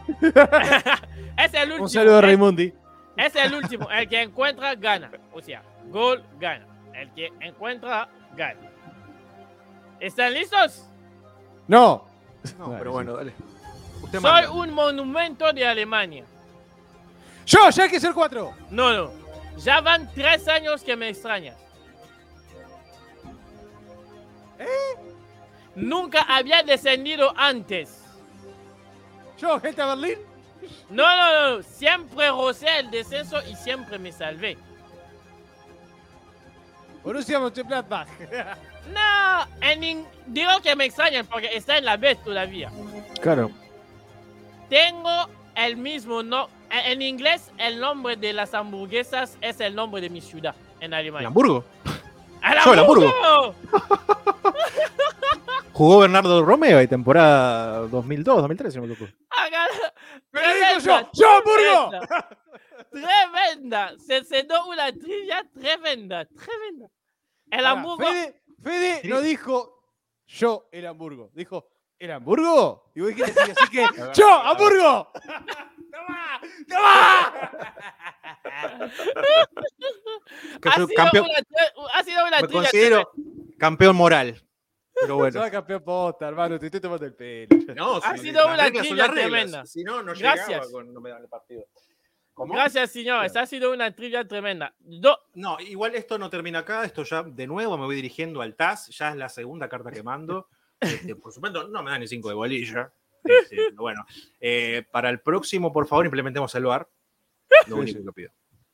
[SPEAKER 2] Es el último.
[SPEAKER 5] Un saludo a
[SPEAKER 2] es-
[SPEAKER 5] Raimundi.
[SPEAKER 2] Es el último. El que encuentra, gana. O sea, gol, gana. El que encuentra, gana. ¿Están listos?
[SPEAKER 5] No.
[SPEAKER 6] No,
[SPEAKER 5] Vale,
[SPEAKER 6] pero
[SPEAKER 5] sí.
[SPEAKER 6] bueno, dale. Usted
[SPEAKER 2] Soy
[SPEAKER 6] manda.
[SPEAKER 2] un monumento de Alemania.
[SPEAKER 5] Yo, ya hay que ser cuatro.
[SPEAKER 2] No, no. Ya van tres años que me extrañas. Nunca había descendido antes.
[SPEAKER 5] Yo, Hertha Berlín.
[SPEAKER 2] No, no, no. Siempre rocé el descenso y siempre me salvé.
[SPEAKER 5] Borussia Mönchengladbach.
[SPEAKER 2] No, en in- digo que me extrañan porque está en la B todavía.
[SPEAKER 5] Claro.
[SPEAKER 2] Tengo el mismo no. En en inglés, el nombre de las hamburguesas es el nombre de mi ciudad en
[SPEAKER 6] ¿El
[SPEAKER 2] Alemania.
[SPEAKER 6] Hamburgo?
[SPEAKER 2] ¡El
[SPEAKER 6] Yo, el
[SPEAKER 2] Hamburgo!
[SPEAKER 6] Jugó Bernardo Romeo y temporada dos mil dos, dos mil tres, si no me equivoco.
[SPEAKER 2] Haga-
[SPEAKER 5] ¡Pero digo
[SPEAKER 2] Tremenda,
[SPEAKER 5] yo! ¡Yo, Hamburgo!
[SPEAKER 2] tremenda, Tremenda. Se se dio una trivia tremenda, tremenda. El
[SPEAKER 5] Pará,
[SPEAKER 2] Hamburgo.
[SPEAKER 5] Fede, Fede
[SPEAKER 6] Sí.
[SPEAKER 5] no dijo yo, el Hamburgo. Dijo, ¿el Hamburgo? Y vos dijiste así, así que, ¡yo, Hamburgo! ¡Toma! ¡Toma!
[SPEAKER 6] Que
[SPEAKER 2] Ha
[SPEAKER 6] soy
[SPEAKER 2] sido,
[SPEAKER 6] campeón,
[SPEAKER 2] una, tre- ha sido una
[SPEAKER 6] me
[SPEAKER 2] trivia
[SPEAKER 6] considero campeón moral. Pero bueno.
[SPEAKER 5] Sos campeón posta, hermano, te estoy tomando el pelo.
[SPEAKER 6] No,
[SPEAKER 2] Ha
[SPEAKER 6] si-
[SPEAKER 2] sido
[SPEAKER 6] las
[SPEAKER 2] una
[SPEAKER 6] reglas son
[SPEAKER 2] trivia
[SPEAKER 6] las reglas.
[SPEAKER 2] tremenda.
[SPEAKER 6] Si no, no
[SPEAKER 2] Gracias.
[SPEAKER 6] llegaba con, no me dan el partido. ¿Cómo?
[SPEAKER 2] Gracias, señores. Ha sido una trivia tremenda. Do-
[SPEAKER 6] No, igual esto no termina acá. Esto ya, de nuevo, me voy dirigiendo al T A S. Ya es la segunda carta que mando. Este, por supuesto, no me dan ni cinco de bolilla. Este, pero bueno, eh, para el próximo, por favor, implementemos el V A R. Lo único que pido.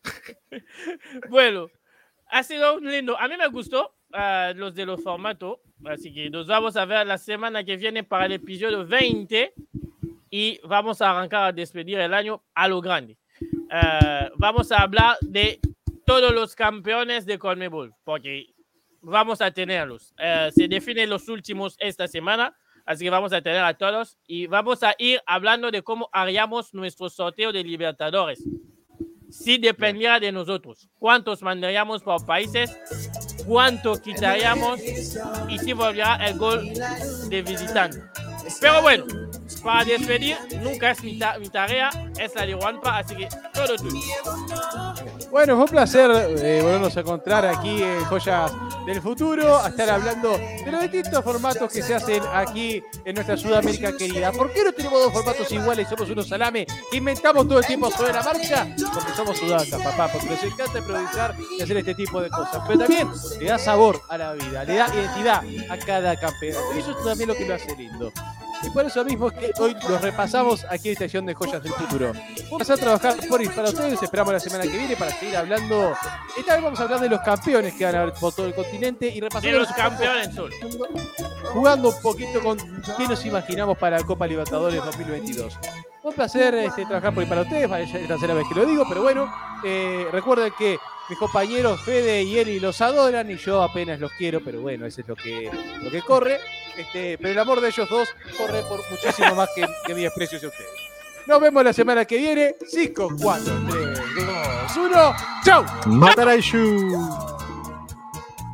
[SPEAKER 2] Bueno, ha sido un lindo. A mí me gustó ah, los de los formatos. Así que nos vamos a ver la semana que viene para el episodio veinte. Y vamos a arrancar a despedir el año a lo grande. Ah, vamos a hablar de todos los campeones de Conmebol. Porque vamos a tenerlos. Eh, se definen los últimos esta semana. Así que vamos a tener a todos. Y vamos a ir hablando de cómo haríamos nuestro sorteo de Libertadores. Si dependiera de nosotros, cuántos mandaríamos por países, cuánto quitaríamos y si volviera el gol de visitante. Pero bueno, para despedir, nunca es mi, ta mi tarea, es la de Juanpa, así que todo tuyo.
[SPEAKER 5] Bueno, fue un placer eh, volvernos a encontrar aquí en Joyas del Futuro, a estar hablando de los distintos formatos que se hacen aquí en nuestra Sudamérica querida. ¿Por qué no tenemos dos formatos iguales? Somos unos salame que inventamos todo el tiempo sobre la marcha, porque somos sudacas, papá, porque nos encanta improvisar y hacer este tipo de cosas. Pero también le da sabor a la vida, le da identidad a cada campeonato. Y eso es también lo que lo hace lindo. Y por eso mismo es que hoy los repasamos aquí en esta edición de Joyas del Futuro. Vamos a trabajar por y para ustedes, esperamos la semana que viene para seguir hablando. Esta vez vamos a hablar de los campeones que van a haber por todo el continente y
[SPEAKER 2] De
[SPEAKER 5] repasando
[SPEAKER 2] los campeones solo.
[SPEAKER 5] jugando un poquito con qué nos imaginamos para la Copa Libertadores dos mil veintidós. Un placer este, trabajar por y para ustedes, es la tercera vez que lo digo, pero bueno, eh, recuerden que mis compañeros Fede y Eli los adoran y yo apenas los quiero, pero bueno, eso es lo que, lo que corre. Este, pero el amor de ellos dos corre por muchísimo más que, que mi desprecio hacia ustedes. Nos vemos la semana que viene. cinco, cuatro, tres, dos, uno. ¡Chau!
[SPEAKER 6] Mataraishu.